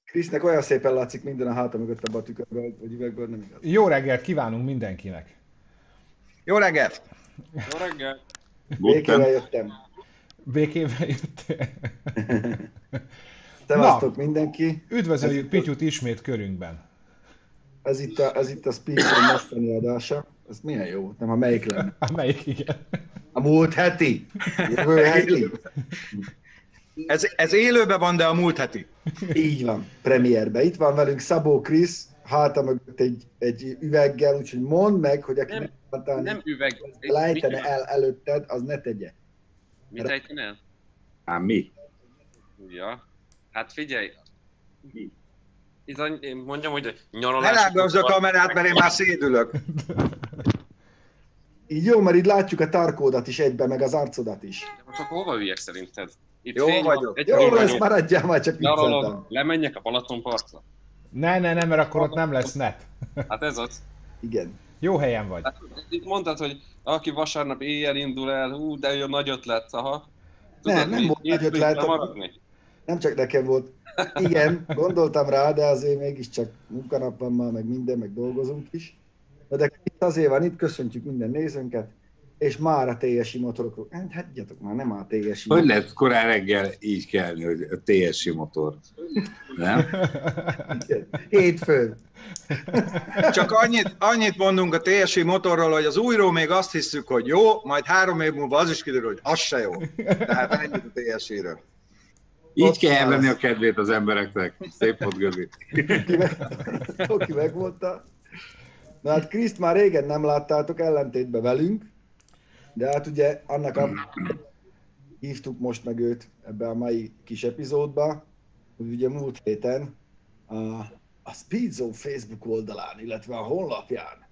Krisznek olyan szépen látszik minden a háta mögött abban a tükörből, vagy üvegből, nem igaz. Jó reggelt kívánunk mindenkinek! Jó reggelt! Jó reggel! Békével jöttem. Békében jöttél? Szevasztok mindenki! Üdvözöljük Pityut ismét körünkben. Ez itt a Speedrun mostani adása. Ez milyen jó, nem a melyik lenne? A melyik, igen. A múlt heti? Jövő heti? Ez élőben van, de a múlt heti. Így van, premierbe. Itt van velünk Szabó Krisz, háta mögött egy üveggel, úgyhogy mondd meg, hogy aki nem üveg. lejtene el előtted, az ne tegye. Mit ejtene el? Ám mi? Ja. Hát figyelj. Én mondjam, hogy nyaralás... Elágazd a kamerát, mert én már szédülök. Így jó, mert így látjuk a tarkódat is egyben, meg az arcodat is. De most akkor hova üljek szerinted? Itt Jó fény vagyok. van, Jó lesz, vagyok. maradjál már, csak vicceltem. Nyaralok, lemenjek a Balatonpartra. Ne, mert akkor ott nem lesz net. Hát ez az. Igen. Jó helyen vagy. Hát, itt mondtad, hogy aki vasárnap éjjel indul el, de jó nagy ötlet, aha. Nem volt nagy ötlet. Nem csak nekem volt. Igen, gondoltam rá, de azért mégiscsak munkanap van már, meg minden, meg dolgozunk is. De azért van itt, köszöntjük minden nézőnket, és már a TSI motorokról. Hát hagyjatok már, nem a TSI. Hogy lehet korán reggel így kelni, hogy a TSI motor? Nem? Hétfőn. Csak annyit mondunk a TSI motorról, hogy az újról még azt hiszük, hogy jó, majd 3 év múlva az is kiderül, hogy az se jó. Tehát ennyit a TSI-ről. Így kell venni a kedvét az embereknek. Szép volt, Gözi. Oki megmondta. Na hát Kriszt már régen nem láttátok, ellentétben velünk, de hát ugye hívtuk most meg őt ebbe a mai kis epizódba, hogy ugye múlt héten a Speedzone Facebook oldalán, illetve a honlapján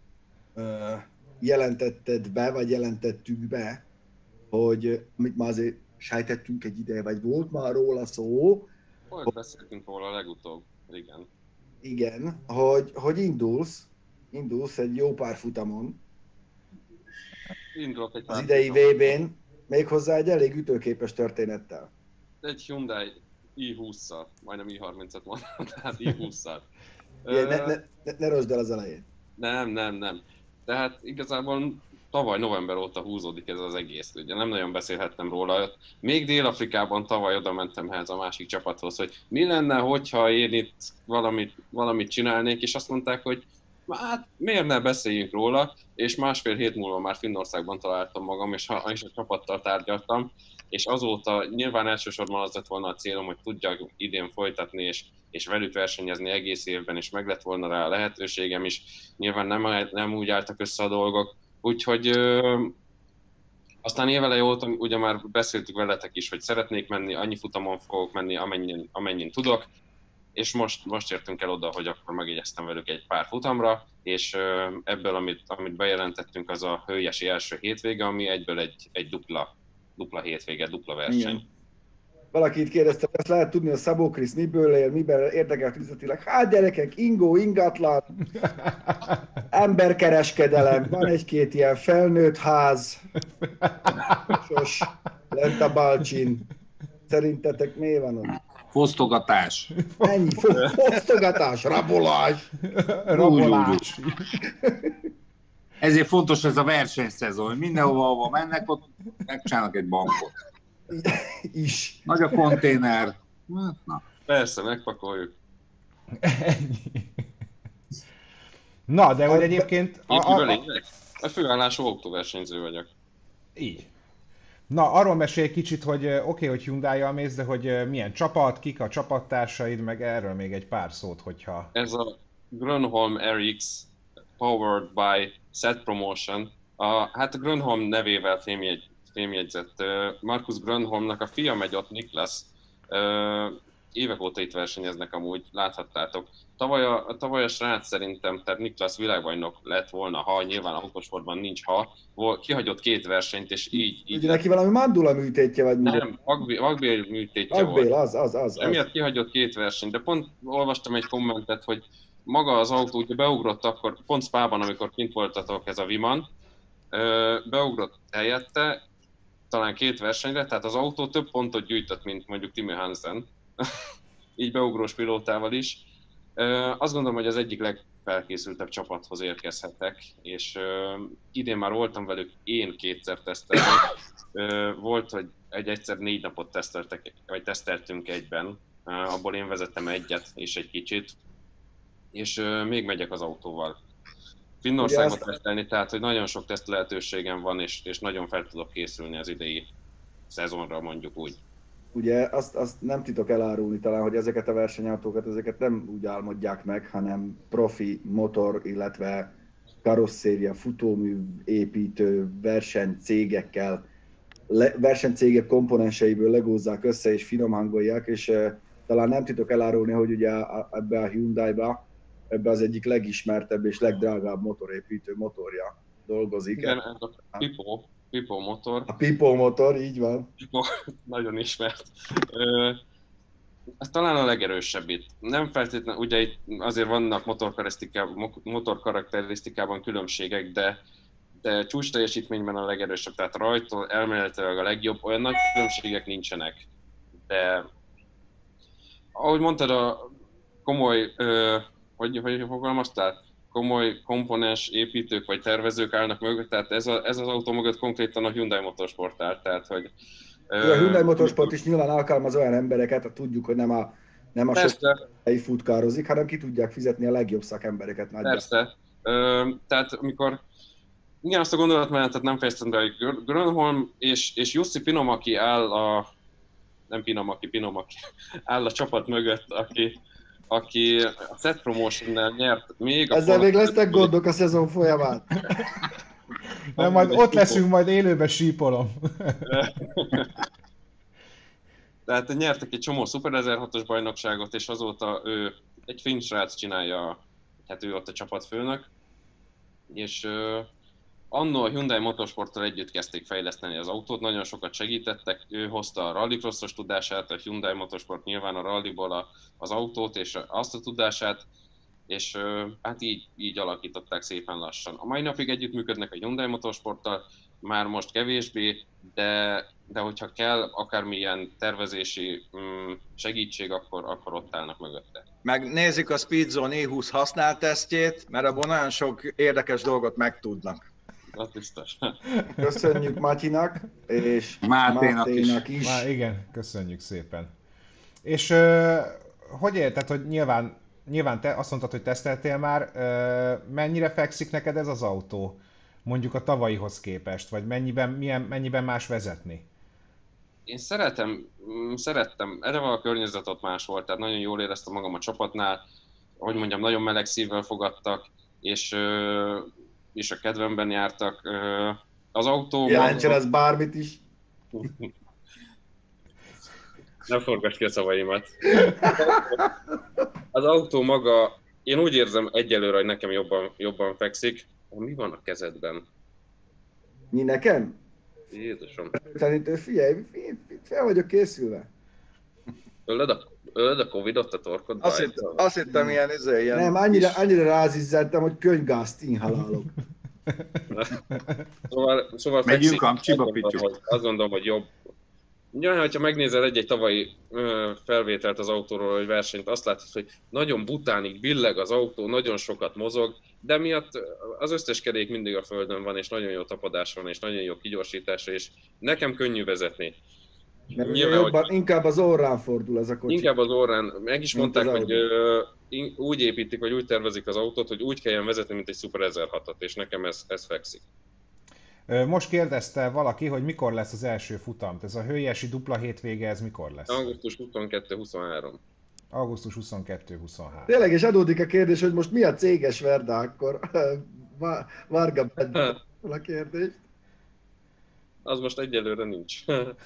jelentetted be, vagy jelentettük be, hogy amit már azért sejtettünk egy ideje, vagy volt már róla szó. Hogy beszéltünk róla legutóbb, igen. Igen, hogy indulsz egy jó pár futamon. Indulok egy pár az idei VB-n, méghozzá egy elég ütőképes történettel. Egy Hyundai i20-szal, majdnem i30-at mondtam, tehát i20-szal. Ne rosd el az elejét. Nem. Tehát igazából tavaly november óta húzódik ez az egész, ugye nem nagyon beszélhettem róla. Még Dél-Afrikában tavaly oda mentem ez a másik csapathoz, hogy mi lenne, hogyha én itt valamit csinálnék, és azt mondták, hogy hát miért ne beszéljünk róla, és másfél hét múlva már Finnországban találtam magam, és a csapattal tárgyaltam, és azóta nyilván elsősorban az lett volna a célom, hogy tudjak idén folytatni, és velük versenyezni egész évben, és meg lett volna rá a lehetőségem is. Nyilván nem úgy álltak össze a dolgok, úgyhogy aztán éveleje óta ugye már beszéltük veletek is, hogy szeretnék menni, annyi futamon fogok menni, amennyien tudok, és most értünk el oda, hogy akkor megjegyeztem velük egy pár futamra, és ebből, amit bejelentettünk, az a hőiesi első hétvége, ami egyből egy dupla hétvége, dupla verseny. Igen. Valaki itt kérdezte, ezt lehet tudni, a Szabó Krisz miből él, miben érdekel üzletileg. Hát gyerekek, ingatlan, emberkereskedelem, van egy-két ilyen felnőtt ház, sos, lent a Balcsin. Szerintetek mi van ott? Fosztogatás. Ennyi, fosztogatás, rabolás. Rabolás. Ezért fontos ez a versenyszezon, hogy mindenhova, ahova mennek, ott megcsinálnak egy bankot. Is. Nagy a konténer. Na. Persze, megpakoljuk. Ennyi. Na, de hogy egyébként... A főállású autóversenyző vagyok. Így. Na, arról mesélj egy kicsit, hogy oké, hogy Hyundai-jal mész, de hogy milyen csapat, kik a csapattársaid, meg erről még egy pár szót, hogyha... Ez a Grönholm RX powered by Set Promotion. Hát a Grönholm nevével fémjegyzett. Markus Grönholmnak a fia megy ott, Niklas. Évek óta itt versenyeznek amúgy, láthattátok. Tavaly a srác szerintem, tehát Niklas világbajnok lett volna, ha nyilván a autósportban nincs ha, kihagyott 2 versenyt, és így... Ugye neki valami mandula műtétje vagy? Nem, vakbél műtétje vakbél, volt. Az. Emiatt kihagyott 2 versenyt, de pont olvastam egy kommentet, hogy maga az autó ugye beugrott akkor, pont Spában, amikor kint voltatok ez a Viman, beugrott helyette, talán 2 versenyre, tehát az autó több pontot gyűjtött, mint mondjuk Timi Hansen. így beugrós pilótával is. Azt gondolom, hogy az egyik legfelkészültebb csapathoz érkezhetek, és idén már voltam velük én 2-szer tesztelni. Volt, hogy egyszer 4 napot teszteltünk egyben, abból én vezettem egyet és egy kicsit, és még megyek az autóval. Finnországban tesztelni, tehát hogy nagyon sok teszt lehetőségem van, és nagyon fel tudok készülni az idei szezonra, mondjuk úgy. Ugye azt nem titok elárulni talán, hogy ezeket a versenyautókat, ezeket nem úgy álmodják meg, hanem profi motor, illetve karosszéria, futómű építő versenycégekkel, versenycégek komponenseiből legózzák össze és finom hangolják, és talán nem titok elárulni, hogy ugye ebbe a Hyundai-ba, ebbe az egyik legismertebb és legdrágább motorépítő motorja dolgozik. Igen, ez a Pipo motor. A Pipo motor, így van. Pipo, nagyon ismert. Ez talán a legerősebb itt. Nem feltétlenül, ugye itt azért vannak motorkarakterisztikában különbségek, de csúcs teljesítményben a legerősebb, tehát rajtól elméletileg a legjobb, olyan nagy különbségek nincsenek. De ahogy mondtad, a komoly, hogy fogalmaztál? Komoly komponens építők vagy tervezők állnak mögött, tehát ez az autó mögött konkrétan a Hyundai Motorsport áll, tehát hogy... A Hyundai Motorsport is nyilván alkalmaz olyan embereket, tudjuk, hogy nem a sok futkározik, hanem ki tudják fizetni a legjobb szakembereket. Persze. Tehát amikor... Igen, azt a gondolatmenetet nem fejeztem be, hogy Grönholm és Jussi Pinomaki áll áll a csapat mögött, aki a Set Promotion-nel nyert még. Ezzel még lesznek gondok a szezon folyamán. Nem, majd ott leszünk, majd élőben sípolom. Tehát nyertek egy csomó Super 1006-os bajnokságot, és azóta ő egy finn srác csinálja, hát ő ott a csapatfőnök, és anno a Hyundai Motorsporttal együtt kezdték fejleszteni az autót, nagyon sokat segítettek, ő hozta a rallycrossos tudását, a Hyundai Motorsport nyilván a rallyból az autót és azt a tudását, és hát így alakították szépen lassan. A mai napig együttműködnek a Hyundai Motorsporttal, már most kevésbé, de hogyha kell akármilyen tervezési segítség, akkor ott állnak mögötte. Megnézik a Speedzone E20 használt tesztjét, mert abban nagyon sok érdekes dolgot megtudnak. Az biztos. Köszönjük Matyinak, és Máténak is. Igen, köszönjük szépen. És hogy érted, hogy nyilván te azt mondtad, hogy teszteltél már, mennyire fekszik neked ez az autó? Mondjuk a tavalyihoz képest, vagy mennyiben más vezetni? Én szerettem, erre a környezet ott más volt, tehát nagyon jól éreztem magam a csapatnál, ahogy mondjam, nagyon meleg szívvel fogadtak, és a kedvemben jártak. Az autó... Jelentsen ez bármit is. Nem forgass ki a szavaimat. Az autó maga, én úgy érzem egyelőre, hogy nekem jobban fekszik. Mi van a kezedben? Mi nekem? Jézusom. Figyelj, fel vagyok készülve. Ölöd a Covid-ot a torkodba? Azt hittem ilyen. Nem, annyira rázizzeltem, hogy könyvgázt inhalálok. Szóval megyünk a Csiba-Pityu. Azt gondolom, hogy jobb. Ja, hogyha megnézel egy tavalyi felvételt az autóról, vagy versenyt, azt látod, hogy nagyon butánig billeg az autó, nagyon sokat mozog, de miatt az összes kerék mindig a földön van, és nagyon jó tapadás van, és nagyon jó kigyorsítása, és nekem könnyű vezetni. Mert nyilván, inkább az orrán fordul ez a kocsi. Inkább az orrán. Meg is mondták, hogy úgy építik, vagy úgy tervezik az autót, hogy úgy kelljen vezetni, mint egy Super 1006-ot, és nekem ez fekszik. Most kérdezte valaki, hogy mikor lesz az első futam. Ez a hőiesi dupla hétvége, ez mikor lesz? Augusztus 22-23. Augusztus 22-23. Tényleg, és adódik a kérdés, hogy most mi a céges Verda akkor? Varga Bedda a kérdés. Az most egyelőre nincs.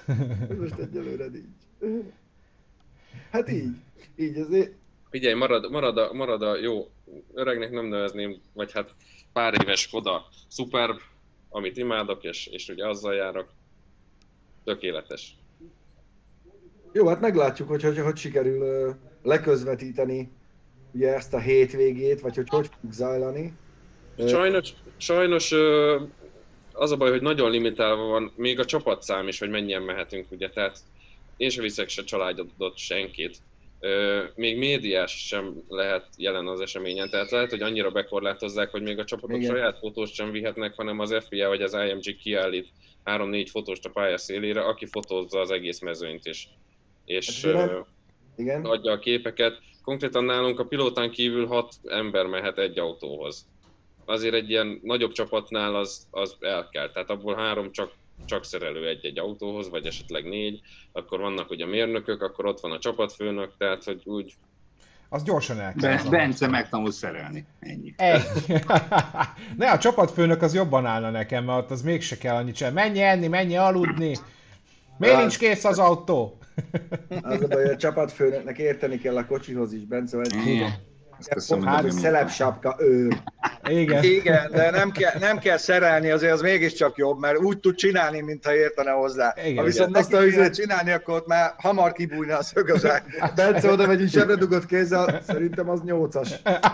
Hát így azért. Figyelj, marad a jó, öregnek nem nevezném, vagy hát pár éves Skoda Superb, amit imádok, és ugye azzal járok. Tökéletes. Jó, hát meglátjuk, hogy sikerül leközvetíteni ugye ezt a hétvégét, vagy hogy fog zajlani. Sajnos az a baj, hogy nagyon limitálva van még a csapatszám is, hogy mennyien mehetünk, ugye, tehát én sem viszek se családot senkit. még médiás sem lehet jelen az eseményen, tehát lehet, hogy annyira bekorlátozzák, hogy még a csapatok Igen. saját fotóst sem vihetnek, hanem az FIA vagy az IMG kiállít 3-4 fotóst a pálya szélére, aki fotózza az egész mezőnyt és Igen. adja a képeket. Konkrétan nálunk a pilótán kívül 6 ember mehet egy autóhoz. Azért egy ilyen nagyobb csapatnál az el kell, tehát abból 3 csak szerelő egy autóhoz, vagy esetleg 4, akkor vannak ugye a mérnökök, akkor ott van a csapatfőnök, tehát hogy úgy... Az gyorsan el kell. Bence megtanul szerelni, ennyi. Ne, a csapatfőnök az jobban állna nekem, mert ott az mégse kell annyit sem. Menj enni, menj aludni! Miért nincs kész az autó? Az a baj, hogy a csapatfőnöknek érteni kell a kocsihoz is, Bence, vagy Hát, szelepsapka őr. Igen. Igen, de nem kell szerelni, azért az mégiscsak jobb, mert úgy tud csinálni, mintha értene hozzá. Igen, ha viszont igen. neki kell csinálni, akkor ott már hamar kibújna a szög az ág. Bence oda megy, zsebre dugott kézzel, szerintem az 8-as.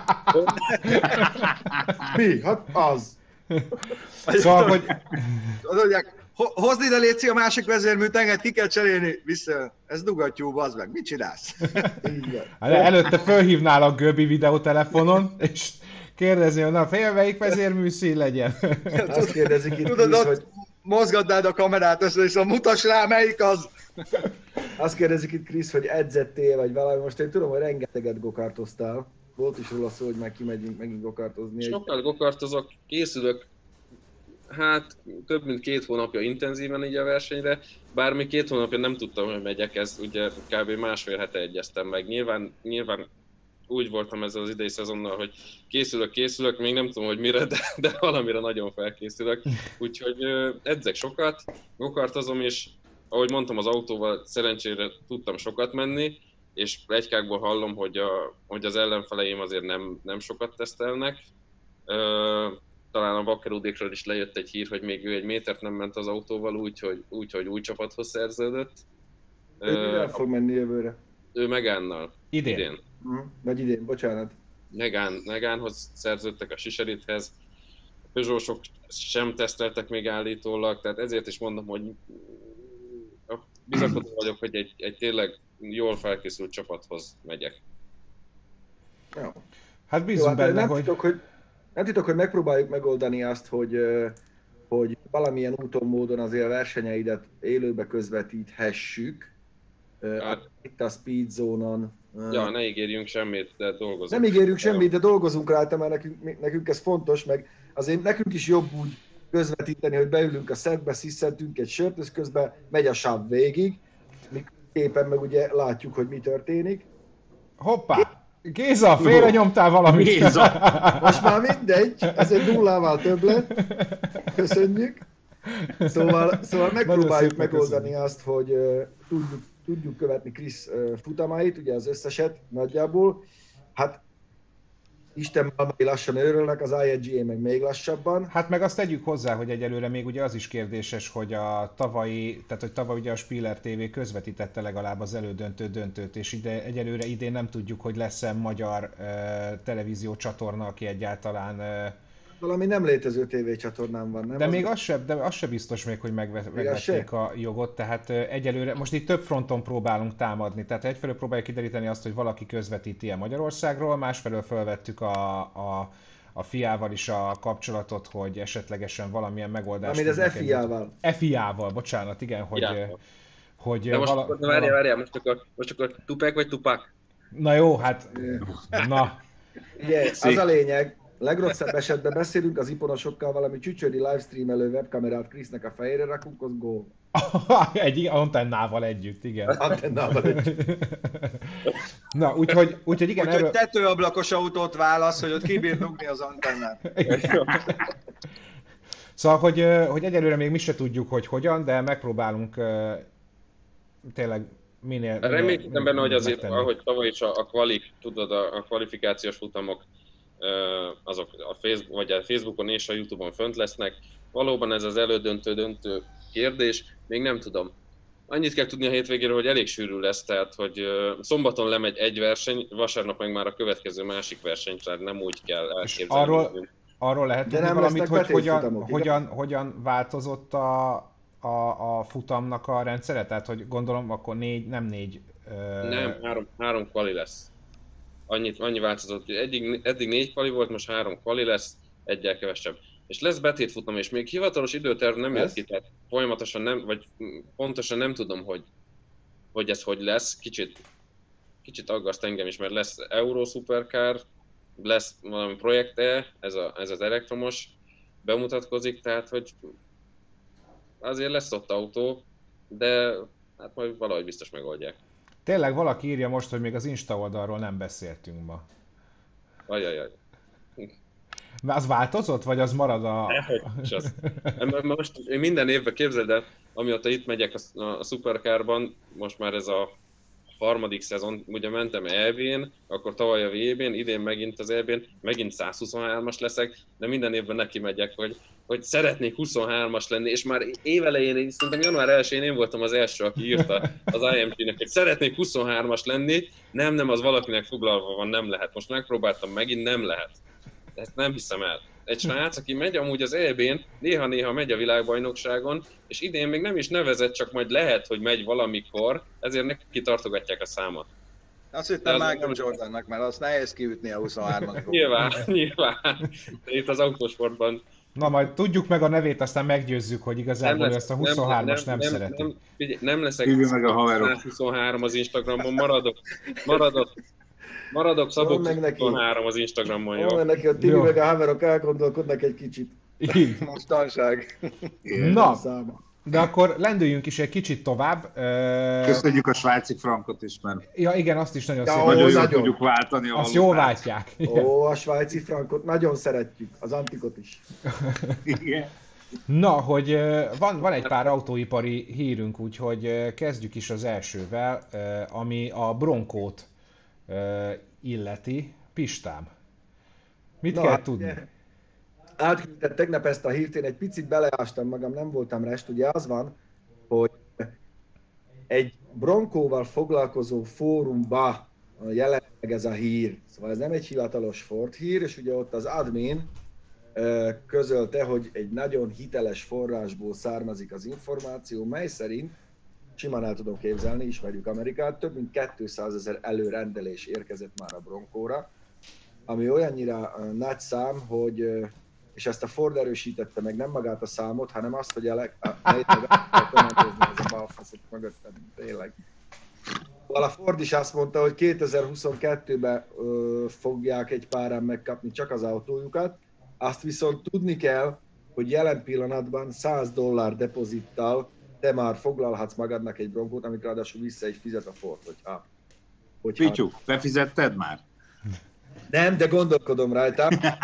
Mi? Hát az. Szóval, hogy... Mondják, hozd ide létszi a másik vezérműt, enged ki kell cserélni. Vissza, ez dugattyú, bazd meg, mit csinálsz? Előtte fölhívnálak Göbi videótelefonon, és kérdezni, hogy na melyik vezérműszín legyen. Azt kérdezik itt Tudod, Krisz, ott hogy... mozgatnád a kamerát össze, és mutass rá, melyik az. Azt kérdezik itt Krisz, hogy edzettél, vagy valami. Most én tudom, hogy rengeteget gokartoztál. Volt is róla szó, hogy már kimegyünk megint gokartozni. Sokkal gokartozok, készülök, hát több mint 2 hónapja intenzíven így a versenyre, bár még 2 hónapja nem tudtam, hogy megyek, ez ugye kb. Másfél hete egyeztem meg. Nyilván úgy voltam ezzel az idei szezonnal, hogy készülök, még nem tudom, hogy mire, de valamire nagyon felkészülök. Úgyhogy edzek sokat, gokartozom, és ahogy mondtam, az autóval szerencsére tudtam sokat menni, és pletykákból hallom, hogy az ellenfeleim azért nem sokat tesztelnek. Talán a Vakkerudékről is lejött egy hír, hogy még ő 1 métert nem ment az autóval, úgyhogy új csapathoz szerződött. Ő mivel fog menni jövőre? Ő Megánnal. Idén. Vagy idén, bocsánat. Megánhoz szerződtek, a Siserithez. A Peugeot-sok sem teszteltek még állítólag, tehát ezért is mondom, hogy bizakodó vagyok, hogy egy tényleg jól felkészült csapathoz megyek. Jó. Hát bízunk benne, hogy... Nem titok, hogy megpróbáljuk megoldani azt, hogy valamilyen úton, módon azért a versenyeidet élőbe közvetíthessük. Hát, itt a Speed Zone-on. Ja, ne ígérjünk semmit, de dolgozunk. Nem ígérünk semmit, de dolgozunk rajta, mert nekünk ez fontos, meg azért nekünk is jobb úgy közvetíteni, hogy beülünk a szedbe, sziszentünk egy sört, és közben megy a sáv végig, éppen meg ugye látjuk, hogy mi történik. Hoppá! Géza, félre nyomtál valamit! Géza! Most már mindegy, ez egy 0-val több lett. Köszönjük. Szóval megpróbáljuk megoldani azt, hogy tudjuk követni Krisz futamait, ugye az összeset nagyjából. Hát Isten malmai lassan őrölnek, az INGA meg még lassabban. Hát meg azt tegyük hozzá, hogy egyelőre még ugye az is kérdéses, hogy tavaly ugye a Spiller TV közvetítette legalább az döntőt, és egyelőre idén nem tudjuk, hogy lesz-e magyar televízió csatorna, aki egyáltalán... Valami nem létező tévécsatornám van, nem? De még az se biztos még, hogy megvették a jogot, tehát egyelőre most itt több fronton próbálunk támadni, tehát egyfelől próbáljuk kideríteni azt, hogy valaki közvetíti-e Magyarországról, másfelől felvettük a FIA-val is a kapcsolatot, hogy esetlegesen valamilyen megoldást... Amit az FIA-val. FIA-val, bocsánat, igen, hogy de most várjál, most akkor Tupac vagy Tupac? Na jó, hát... Na... Ugye, az a lényeg, legrosszabb esetben beszélünk az iponosokkal, valami csücsödi livestreamelő webkamerát Krisznek a fejére rakunk, az gól. Egy antennával együtt, igen. Antennával együtt. Na, úgyhogy igen, Úgyhogy tetőablakos autót válasz, hogy ott kibír dugni az antennát. Szóval, hogy egyelőre még mi se tudjuk, hogy hogyan, de megpróbálunk tényleg minél remélem benne, hogy azért, ahogy tavaly is a kvalifikációs futamok azok a Facebookon és a YouTube-on fönt lesznek. Valóban ez az elődöntő kérdés, még nem tudom. Annyit kell tudni a hétvégéről, hogy elég sűrű lesz, tehát hogy szombaton lemegy egy verseny, vasárnap meg már a következő másik verseny, tehát nem úgy kell elképzelni. Arról lehet tudni valamit, hogy hogyan változott a futamnak a rendszere? Tehát, hogy gondolom akkor nem négy... Nem, három kvali lesz. Annyi változott, hogy eddig 4 kvali volt, most 3 kvali lesz, egyel kevesebb. És lesz betétfutam, és még hivatalos időterv nem jött ki, tehát folyamatosan nem, vagy pontosan nem tudom, hogy ez hogy lesz. Kicsit aggaszt engem is, mert lesz Euro Supercar, lesz valami projekte, ez az elektromos bemutatkozik, tehát hogy azért lesz ott autó, de hát majd valahogy biztos megoldják. Tényleg valaki írja most, hogy még az Insta oldalról nem beszéltünk ma. Ajajaj. Az változott, vagy az marad a... Most én minden évben, képzeld el, amióta itt megyek a Supercarban, most már ez a harmadik szezon, ugye mentem EB-n, akkor tavaly a VB-n, idén megint az EB-n, megint 123-as leszek, de minden évben neki megyek, hogy szeretnék 23-as lenni, és már évelején, szerintem január 1-én én voltam az első, aki írta az IMG-nek, hogy szeretnék 23-as lenni, nem, az valakinek foglalva van, nem lehet. Most megpróbáltam megint, nem lehet. Ezt nem hiszem el. Egy srác, aki megy amúgy az EB-n, néha-néha megy a világbajnokságon, és idén még nem is nevezett, csak majd lehet, hogy megy valamikor, ezért neki tartogatják a számot. Azt hittem Michael Jordannak, mert azt nehéz kiütni a 23-at. Nyilván. Itt az autósportban. Na majd tudjuk meg a nevét, aztán meggyőzzük, hogy igazából ezt a 23-as nem szereti. Nem leszek meg a haverok. 23 az Instagramon, maradok Szabó 23 az Instagramon, jó? Ó, neki a Tibi meg a haverok elgondolkodnak egy kicsit. Mostanság. Na, de akkor lendüljünk is egy kicsit tovább. Köszönjük a svájci frankot is, mert... Ja igen, azt is nagyon nagyon jól tudjuk váltani. Azt jól váltják. Ó, a svájci frankot nagyon szeretjük, az antikot is. Igen. Na, hogy van egy pár autóipari hírünk, úgyhogy kezdjük is az elsővel, ami a Broncót illeti. Pistám, mit kell tudni? Átküldtem tegnap ezt a hírt, én egy picit beleástam magam, nem voltam rest, ugye az van, hogy egy Broncóval foglalkozó fórumba jelent meg ez a hír. Szóval ez nem egy hivatalos Ford hír, és ugye ott az admin közölte, hogy egy nagyon hiteles forrásból származik az információ, mely szerint, simán el tudom képzelni, ismerjük Amerikát, több mint 200 000 előrendelés érkezett már a Broncóra, ami olyannyira nagy szám, hogy, és ezt a Ford erősítette meg, nem magát a számot, hanem azt, hogy tényleg. A Ford is azt mondta, hogy 2022-ben fogják egy páran megkapni csak az autójukat, azt viszont tudni kell, hogy jelen pillanatban $100 depozittal te már foglalhatsz magadnak egy Broncót, amit ráadásul vissza is fizet a Ford, hogyha Pityuk, befizetted már? Nem, de gondolkodom rajta.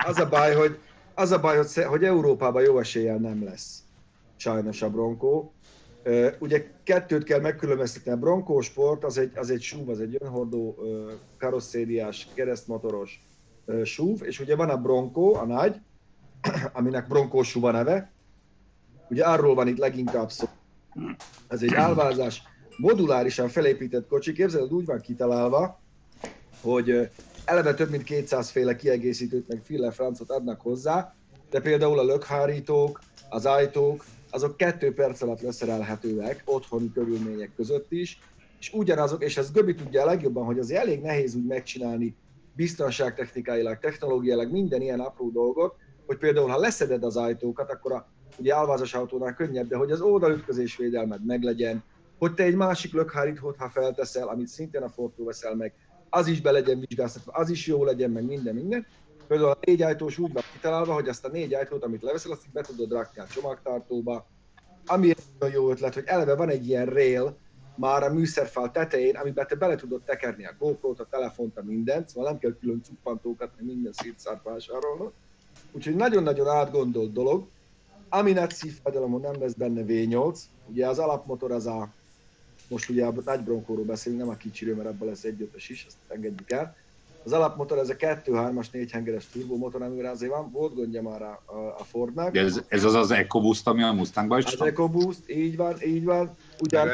Az a baj, hogy Európában jó eséllyel nem lesz sajnos a Bronco. Ugye kettőt kell megkülönböztetni. A Bronco Sport az egy SUV, az egy önhordó karosszériás, keresztmotoros SUV, és ugye van a Bronco, a nagy, aminek Bronco SUV a neve. Ugye arról van itt leginkább szó. Ez egy álvázás, modulárisan felépített kocsi, képzeld, úgy van kitalálva, hogy eleve több mint 200 féle kiegészítőt, meg fille-francot adnak hozzá, de például a lökhárítók, az ajtók, azok 2 perc alatt leszerelhetőek otthoni körülmények között is, és ugyanazok, és ez Göbi tudja a legjobban, hogy azért elég nehéz úgy megcsinálni biztonságtechnikailag, technológiailag minden ilyen apró dolgot, hogy például ha leszeded az ajtókat, akkor ugye álvázas autónál könnyebb, de hogy az oldalütközés védelmed meglegyen, hogy te egy másik lökhárítót, ha felteszel, amit szintén a Fordtól veszel meg, az is be legyen vizsgáztatva, az is jó legyen, meg minden. Például a 4 ajtós úgy van kitalálva, hogy azt a 4 ajtót, amit leveszel, azt be tudod rakni a csomagtartóba. Ami egy nagyon jó ötlet, hogy eleve van egy ilyen rail már a műszerfal tetején, amiben te bele tudod tekerni a GoPro-t, a telefont, a mindent, szóval nem kell külön cuppantókat, meg minden szétszárt vásárolnod. Úgyhogy nagyon-nagyon átgondolt dolog. Ami nagy szívfájdalomon nem lesz benne V8, ugye az alapmotor az most ugye a nagy Broncóról beszélünk, nem a kicsiről, mert abban lesz 1.5-ös is, ezt engedjük el. Az alapmotor ez a 2.3-as 4 hengeres turbomotor, amivel azért volt gondja már a Fordnak. De ez az EcoBoost, ami a Mustangban is van? Az EcoBoost, így van. Ugyan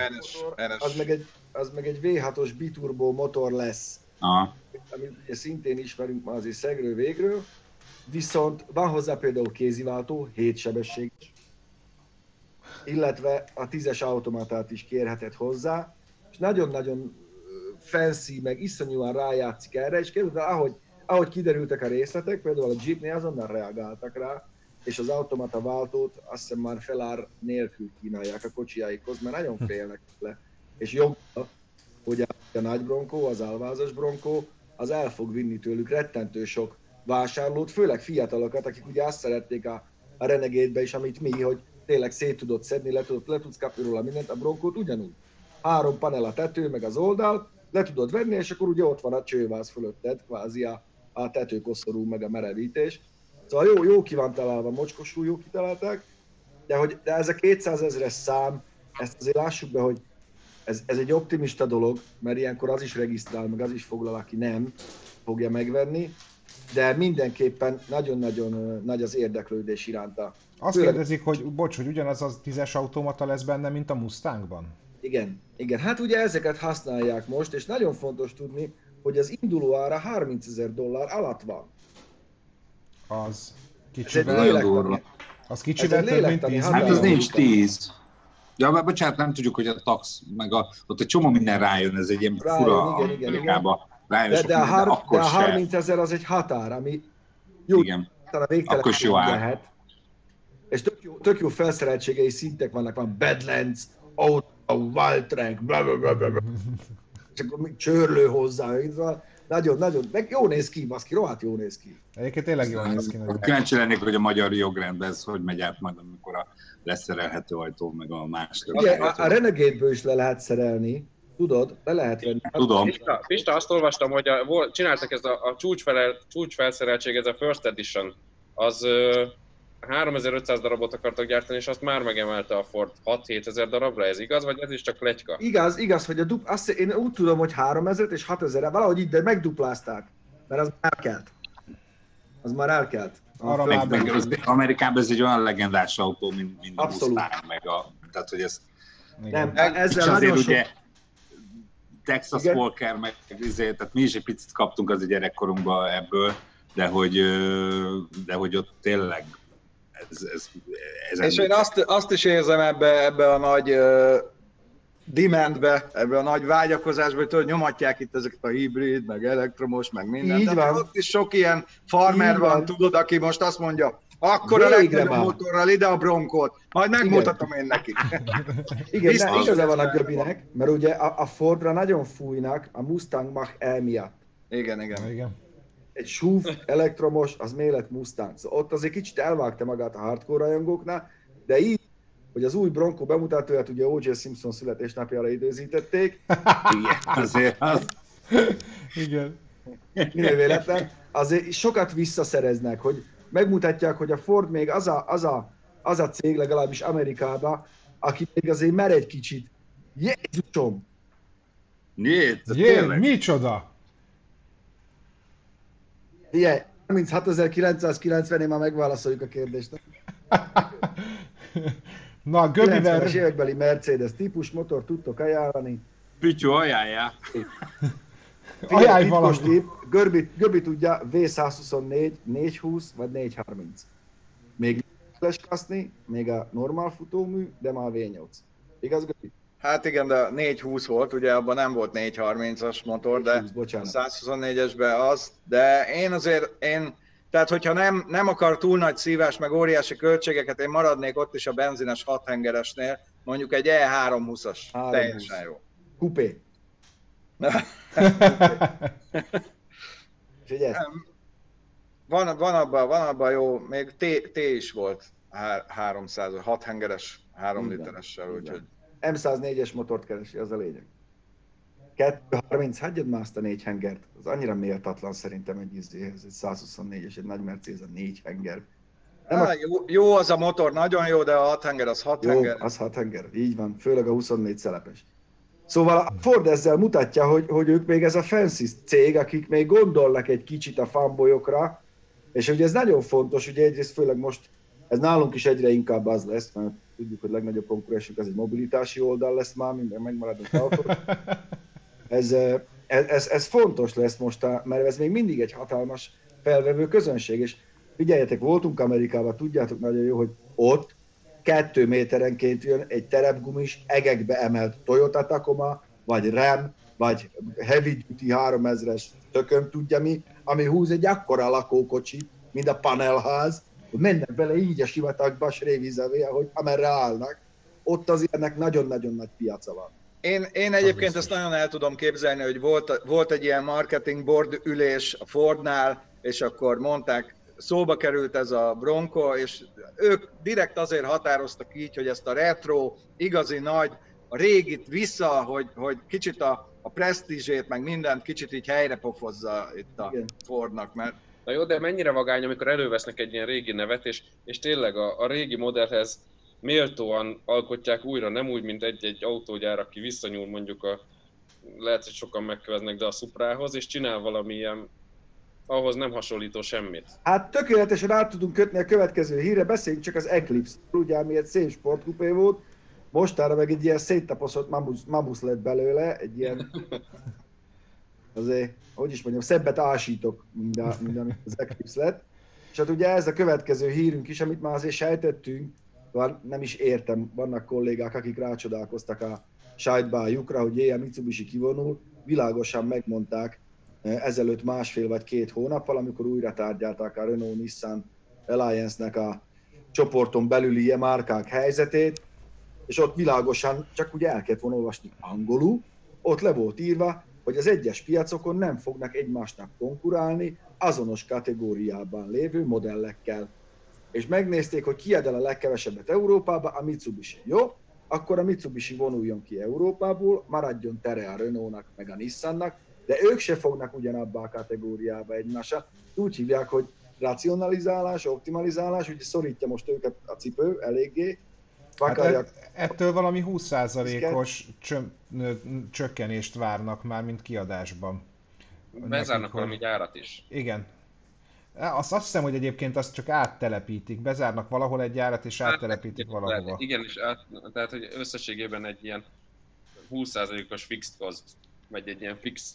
az meg egy V6-os biturbo motor lesz, amit ugye szintén ismerünk már azért szegről végről. Viszont van hozzá például kéziváltó, 7 sebességes. illetve a 10-es automatát is kérheted hozzá, és nagyon-nagyon fancy, meg iszonyúan rájátszik erre, és képzeld el, ahogy kiderültek a részletek, például a Jeepnél azonnal reagáltak rá, és az automata váltót azt hiszem már felár nélkül kínálják a kocsijáikhoz, mert nagyon félnek le. És jobb, hogy a nagy Bronco, az álvázas Bronco, az el fog vinni tőlük rettentő sok vásárlót, főleg fiatalokat, akik ugye azt szerették a Renegade-be is, amit mi, hogy tényleg szét tudod szedni, le tudsz kapni róla mindent, a Broncót ugyanúgy. 3 panel a tető, meg az oldal, le tudod venni, és akkor ugye ott van a csőváz fölötted, kvázi a tetőkoszorú, meg a merevítés. Szóval jó ki van találva, mocskosul jó kitalálták, de ez a 200 000-es szám, ezt azért lássuk be, hogy ez egy optimista dolog, mert ilyenkor az is regisztrál, meg az is foglal, aki nem fogja megvenni, de mindenképpen nagyon-nagyon nagy az érdeklődés iránta. Azt kérdezik, hogy bocs, hogy ugyanaz az 10-es automata lesz benne, mint a Mustangban? Igen. Hát ugye ezeket használják most, és nagyon fontos tudni, hogy az induló ára $30,000 alatt van. Az kicsivel több, mint 10. Hát az nincs 10. Ja, bocsánat, nem tudjuk, hogy a tax, meg ott egy csomó minden rájön, ez egy ilyen fura Amerikában. De a 30,000 az egy határ, ami jó, igen. Akkor jó lehet. És tök jó felszereltségei szintek vannak, van Badlands, Wild Track, blablabla. És akkor csörlő hozzá, nagyon, meg jó néz ki, baszki, rohadt jó néz ki. Egyébként tényleg jó néz ki. Kíváncsi lennék, hogy a magyar jogrendben ez hogy megy át majd, amikor a leszerelhető ajtó, meg a más. Ugye, a Renegade-ből is le lehet szerelni, tudod, le lehet venni. Tudom. Pista, azt olvastam, hogy csináltak ez a csúcsfelszereltség, ez a First Edition, az 3500 darabot akartak gyártani, és azt már megemelte a Ford 6-7 ezer darabra, ez igaz, vagy ez is csak pletyka? Igaz, hogy én úgy tudom, hogy 3000 és 6000-re, valahogy így, de megduplázták, mert az már elkelt. Amerikában ez egy olyan legendás autó, mint a Mustang, meg tehát, hogy ez... Nem, ezzel nagyon sok... Ugye, Texas Walker, meg tehát mi is egy picit kaptunk az a gyerekkorunkban ebből, de hogy ott tényleg ez és én azt is érzem ebbe a nagy demandbe, ebbe a nagy vágyakozásba, hogy tudod, nyomatják itt ezeket a hibrid, meg elektromos, meg minden. Így van. Ott is sok ilyen farmer van, tudod, aki most azt mondja, akkor a legnagyobb motorral ide a Broncót, majd megmutatom én nekik. Igen, de igaza van a Göbinek, mert ugye a Fordra nagyon fújnak a Mustang Mach-E miatt. Igen. Egy SUV elektromos, az miért lett Mustang. Szóval ott azért kicsit elvágta magát a hardcore rajongóknál, de így, hogy az új Bronco bemutatóját ugye O.J. Simpson születésnapjára időzítették. Igen, azért az. Igen. Minden véletlen. Azért sokat visszaszereznek, hogy megmutatják, hogy a Ford még az a cég, legalábbis Amerikában, aki még azért mer egy kicsit. Jézusom! Micsoda? Igen, 36.990-én már megválaszoljuk a kérdést. Na, Göbivel... 90-es évekbeli Mercedes típus motor tudtok ajánlani. Pütyű, ajánljál! Ajánlj valamit! Göbi tudja, V124, 420 vagy 430. Még leskaszni, még a normál futómű, de már V8. Igaz, Göbi? Hát igen, de 420 volt, ugye abban nem volt 430-as motor, de 420, a 124-esben az, de tehát hogyha nem akar túl nagy szívás, meg óriási költségeket, én maradnék ott is a benzines 6 hengeresnél, mondjuk egy E320-as, teljesen jó. Coupé. Van abban jó, még T is volt 300, 6 hengeres, 3 literessel, úgyhogy... M104-es motort keresi, az a lényeg. 230, hagyjad már azt a 4 hengert, az annyira méltatlan szerintem egy izéhez, egy 124-es, egy nagy Mercedes a 4 henger. Jó az a motor, nagyon jó, de a 6 henger az 6 henger. Az 6 henger, így van, főleg a 24 szelepes. Szóval a Ford ezzel mutatja, hogy ők még ez a fancy cég, akik még gondolnak egy kicsit a fanboyokra, és ugye ez nagyon fontos, ugye egyrészt főleg most, ez nálunk is egyre inkább az lesz, mert tudjuk, hogy a legnagyobb konkurensünk az egy mobilitási oldal lesz már, minden megmaradunk autót. Ez fontos lesz most, mert ez még mindig egy hatalmas felvevő közönség, és figyeljetek, voltunk Amerikában, tudjátok nagyon jó, hogy ott 2 méterenként jön egy terepgumis, egekbe emelt Toyota Tacoma, vagy Ram, vagy Heavy Duty 3000-es tököm tudja mi, ami húz egy akkora lakókocsi, mint a panelház, hogy mennek bele így a sivatagba, a Srévizevé, ahogy amerre állnak. Ott az ilyennek nagyon-nagyon nagy piaca van. Én egyébként ezt nagyon el tudom képzelni, hogy volt egy ilyen marketing board ülés a Fordnál, és akkor mondták, szóba került ez a Bronco, és ők direkt azért határoztak így, hogy ezt a retro, igazi nagy, a régit vissza, hogy kicsit a presztízsét, meg mindent kicsit így helyre pofozza itt a Fordnak, mert... Na jó, de mennyire vagány, amikor elővesznek egy ilyen régi nevet, és tényleg a régi modellhez méltóan alkotják újra, nem úgy, mint egy autógyár, aki visszanyúl mondjuk lehet, hogy sokan megköveznek, de a Suprához, és csinál valamilyen, ahhoz nem hasonlító semmit. Hát tökéletesen át tudunk kötni a következő hírre, beszéljünk csak az Eclipse, ugye, ami egy szép sportkupé volt, mostára meg egy ilyen széttaposzott mamusz lett belőle, egy ilyen, azért, hogy is mondjam, szebbet ásítok, mint amit az Eclipse lett. És hát ugye ez a következő hírünk is, amit már azért sejtettünk, nem is értem, vannak kollégák, akik rácsodálkoztak a sajtbájukra, hogy a Mitsubishi kivonul, világosan megmondták ezelőtt 1,5 vagy 2 hónappal, amikor újra tárgyálták a Renault-Nissan Alliance-nek a csoporton belüli ilyen márkák helyzetét, és ott világosan, csak ugye el kellett volna olvasni angolul, ott le volt írva, hogy az egyes piacokon nem fognak egymásnak konkurálni azonos kategóriában lévő modellekkel. És megnézték, hogy ki ad el a legkevesebbet Európába, a Mitsubishi. Jó? Akkor a Mitsubishi vonuljon ki Európából, maradjon tere a Renault-nak, meg a Nissannak, de ők se fognak ugyanabba a kategóriába egymással. Úgy hívják, hogy racionalizálás, optimalizálás, ugye szorítja most őket a cipő eléggé. Hát ettől valami 20%-os csökkenést várnak már, mint kiadásban. Bezárnak valami gyárat is. Igen. Azt hiszem, hogy egyébként azt csak áttelepítik. Bezárnak valahol egy gyárat, és áttelepítik valahova. Igen, és tehát hogy összességében egy ilyen 20%-os fixed cost, vagy egy ilyen fix,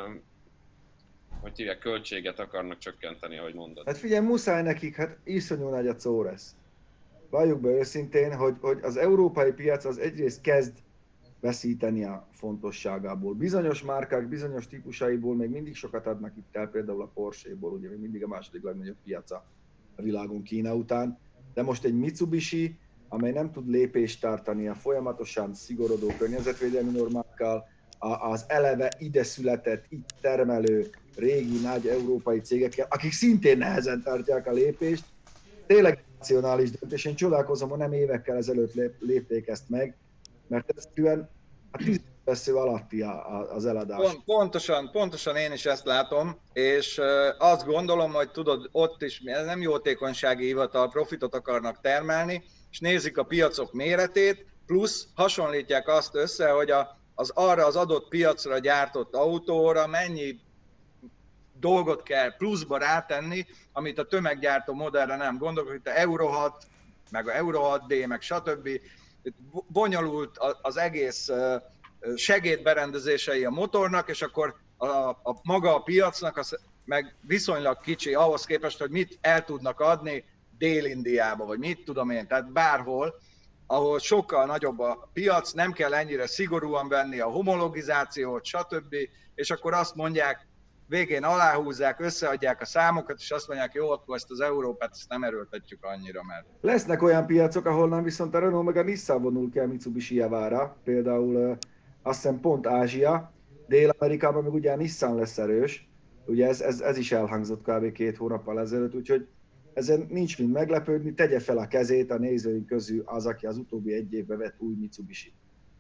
hogy hívják, költséget akarnak csökkenteni, ahogy mondod. Hát figyelj, muszáj nekik, hát iszonyú nagy a Córesz. Valljuk be őszintén, hogy az európai piac az egyrészt kezd veszíteni a fontosságából. Bizonyos márkák, bizonyos típusaiból még mindig sokat adnak itt el, például a Porsche-ból, ugye még mindig a második legnagyobb piaca a világon Kína után, de most egy Mitsubishi, amely nem tud lépést tartani a folyamatosan szigorodó környezetvédelmi normákkal, az eleve ide született, itt termelő régi nagy európai cégekkel, akik szintén nehezen tartják a lépést, tényleg racionális döntés. Én csodálkozom, hogy nem évekkel ezelőtt lépték ezt meg, mert egyszerűen a 10 vesző alatti az eladás. Pontosan én is ezt látom, és azt gondolom, hogy tudod, ott is nem jótékonysági hivatal, profitot akarnak termelni, és nézik a piacok méretét, plusz hasonlítják azt össze, hogy arra az adott piacra gyártott autóra mennyi dolgot kell pluszba rátenni, amit a tömeggyártó modellre nem. Gondolok, hogy a Euro 6, meg a Euro 6D, meg stb. Bonyolult az egész segédberendezései a motornak, és akkor maga a piacnak meg viszonylag kicsi ahhoz képest, hogy mit el tudnak adni Dél-Indiába, vagy mit tudom én, tehát bárhol, ahol sokkal nagyobb a piac, nem kell ennyire szigorúan venni a homologizációt, stb. És akkor azt mondják, végén aláhúzzák, összeadják a számokat, és azt mondják, jó, akkor ezt az Európát ezt nem erőltetjük annyira, mert... Lesznek olyan piacok, ahol viszont a Renault meg a Nissan vonul ki a Mitsubishi javára, például azt hiszem pont Ázsia, Dél-Amerikában meg ugye a Nissan lesz erős, ugye ez is elhangzott kb. 2 hónappal ezelőtt, úgyhogy ezen nincs mind meglepődni, tegye fel a kezét a nézőink közül az, aki az utóbbi 1 évben vett új Mitsubishi.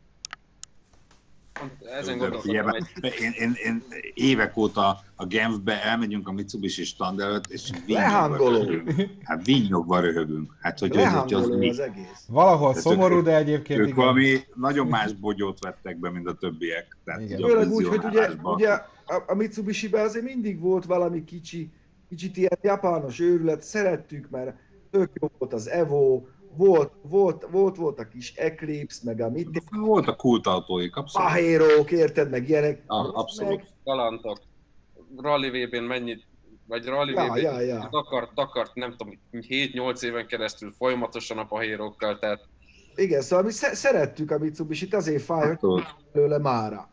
Ezen gondolkodtam én évek óta a Genfbe elmegyünk a Mitsubishi stand előtt, és vinnyogva röhögünk. Hát, hogy az egész. Valahol szomorú, de egyébként ők valami nagyon más bogyót vettek be, mint a többiek. Főleg úgy, hogy ugye a Mitsubishi-ben azért mindig volt valami kicsit ilyen japános őrület, szerettük, mert tök jó volt az Evo, volt a kis Eclipse, meg a mit... Volt a kultautóik, abszolút. Pahérók, érted, meg ilyenek. Abszolút. Galantok. Rally VB-n mennyit vagy Rally Dakart, nem tudom, 7-8 éven keresztül folyamatosan a pahérokkal, tehát... Igen, szóval mi szerettük a Mitsubisit, azért fáj, hogy előle mára.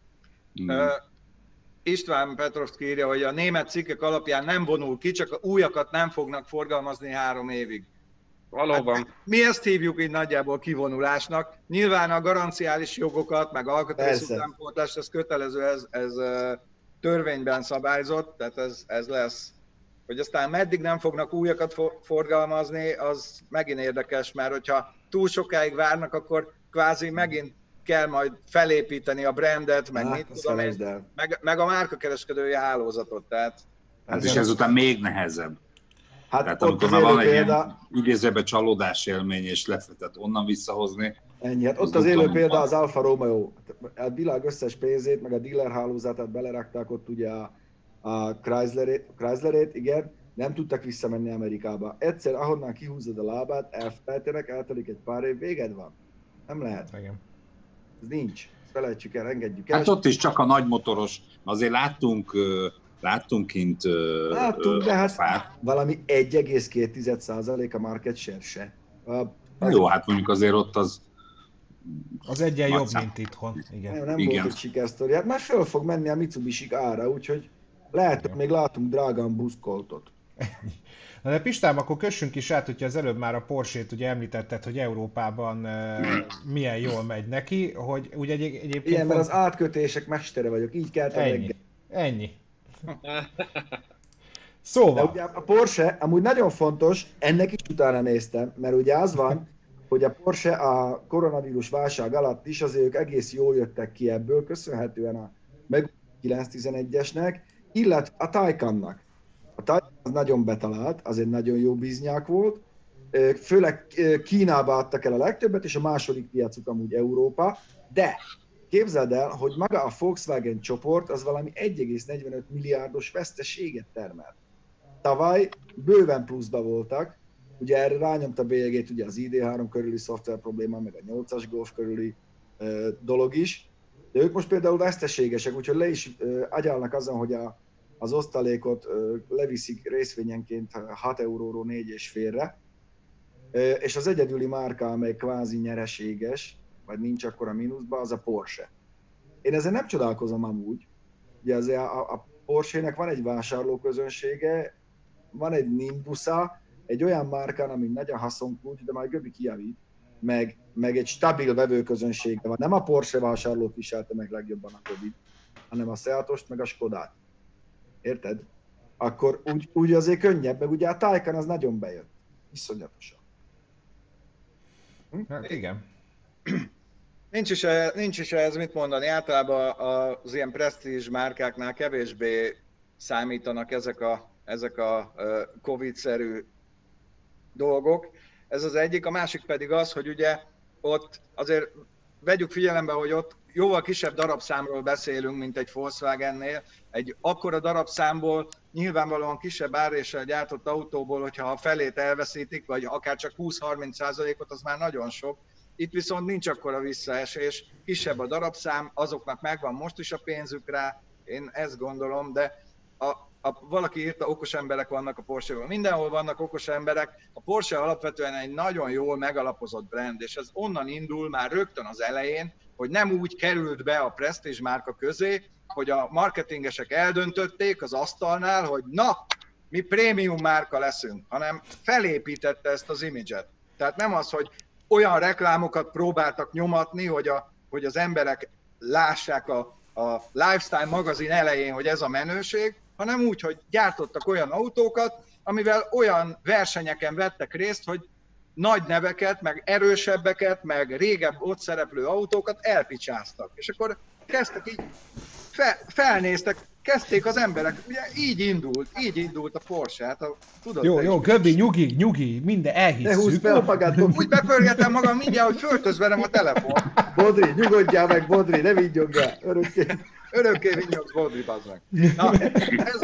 István Petrovszki írja, hogy a német cikkek alapján nem vonul ki, csak újakat nem fognak forgalmazni 3 évig. Valóban. Hát, mi ezt hívjuk így nagyjából kivonulásnak. Nyilván a garanciális jogokat, meg alkatrész utánpótlást, ez kötelező, ez törvényben szabályzott, tehát ez lesz. Hogy aztán meddig nem fognak újakat forgalmazni, az megint érdekes, mert hogyha túl sokáig várnak, akkor kvázi megint kell majd felépíteni a brandet, meg mit tudom én, meg a márkakereskedői hálózatot. Tehát hát és ezután még nehezebb. Hát tehát amikor már van egy ilyen idézőben csalódás élmény, és lehetett onnan visszahozni. Ennyi, hát ott az élő példa az Alfa Romeo. A világ összes pénzét, meg a dealer hálózatát belerakták ott ugye a Chryslerét, igen, nem tudtak visszamenni Amerikába. Egyszer, ahonnan kihúzod a lábát, elfelejtenek, eltelik egy pár év, véged van. Nem lehet. Igen. Ez nincs. Ezt felejtsük el, engedjük el. Hát ott is csak a nagymotoros. Azért láttunk kint de hát valami 1,2% a market share se. Jó, hát mondjuk azért ott az... Az egyen jobb, mint itthon. Igen. Nem volt egy sikersztori. Hát már föl fog menni a Mitsubishi ára, úgyhogy lehet, hogy még látunk drágán buszkoltot. Na de Pistám, akkor kössünk is át, hogyha az előbb már a Porsche-t ugye említetted, hogy Európában milyen jól megy neki, hogy ugye egyébként... Igen, mert az átkötések mestere vagyok, így kell reggel. Ennyi. Szóval... De ugye a Porsche amúgy nagyon fontos, ennek is utána néztem, mert ugye az van, hogy a Porsche a koronavírus válság alatt is azért ők egész jól jöttek ki ebből, köszönhetően a meg 911-esnek, illetve a Taycannak. A Taycan az nagyon betalált, az egy nagyon jó biznyák volt, főleg Kínába adtak el a legtöbbet, és a második piacuk amúgy Európa, de képzeld el, hogy maga a Volkswagen csoport az valami 1,45 milliárdos veszteséget termelt. Tavaly bőven pluszba voltak, ugye erre rányomta bélyegét ugye az ID3 körüli szoftver probléma, meg a 8-as Golf körüli dolog is, de ők most például veszteségesek, úgyhogy le is agyalnak azon, hogy az osztalékot leviszik részvényenként 6 euróról 4,5-re, és az egyedüli márka, amely kvázi nyereséges, vagy nincs akkora mínuszban, az a Porsche. Én ezzel nem csodálkozom amúgy. Ugye a Porsche-nek van egy vásárlóközönsége, van egy Nimbusza, egy olyan márkán, ami nagy a haszonkulcs, de majd Göbi kijavít, meg egy stabil vevőközönsége van. Nem a Porsche vásárlót viselte meg legjobban a Covid, hanem a Seatost, meg a Skodát. Érted? Akkor úgy azért könnyebb, meg ugye a Taycan az nagyon bejött. Iszonyatosan. Hát igen. Nincs is ehhez mit mondani. Általában az ilyen presztízs márkáknál kevésbé számítanak ezek a Covid-szerű dolgok. Ez az egyik. A másik pedig az, hogy ugye ott azért vegyük figyelembe, hogy ott jóval kisebb darabszámról beszélünk, mint egy Volkswagennél. Egy akkora darabszámból nyilvánvalóan kisebb árréssel gyártott autóból, hogyha a felét elveszítik, vagy akár csak 20-30%-ot, az már nagyon sok. Itt viszont nincs akkora visszaesés, kisebb a darabszám, azoknak megvan most is a pénzük rá, én ezt gondolom, de valaki írta, okos emberek vannak a Porsche-ban. Mindenhol vannak okos emberek. A Porsche alapvetően egy nagyon jól megalapozott brand, és ez onnan indul már rögtön az elején, hogy nem úgy került be a presztízs márka közé, hogy a marketingesek eldöntötték az asztalnál, hogy na, mi prémium márka leszünk, hanem felépítette ezt az imidzset. Tehát nem az, hogy olyan reklámokat próbáltak nyomatni, hogy az emberek lássák a Lifestyle magazin elején, hogy ez a menőség, hanem úgy, hogy gyártottak olyan autókat, amivel olyan versenyeken vettek részt, hogy nagy neveket, meg erősebbeket, meg régebb ott szereplő autókat elpicsáztak. És akkor kezdtek így, felnéztek, kezdték az emberek, ugye így indult a Porsche. Hát tudod, jó, Göbi, nyugi, minden elhisszük. Ne húzz fel magad, úgy bepörgetem magam mindjárt, hogy föltözverem a telefon. Bodri, nyugodjál meg, Bodri, ne vigyogjál, Örökké vinyogsz, Bodri, bazd meg. Na, ez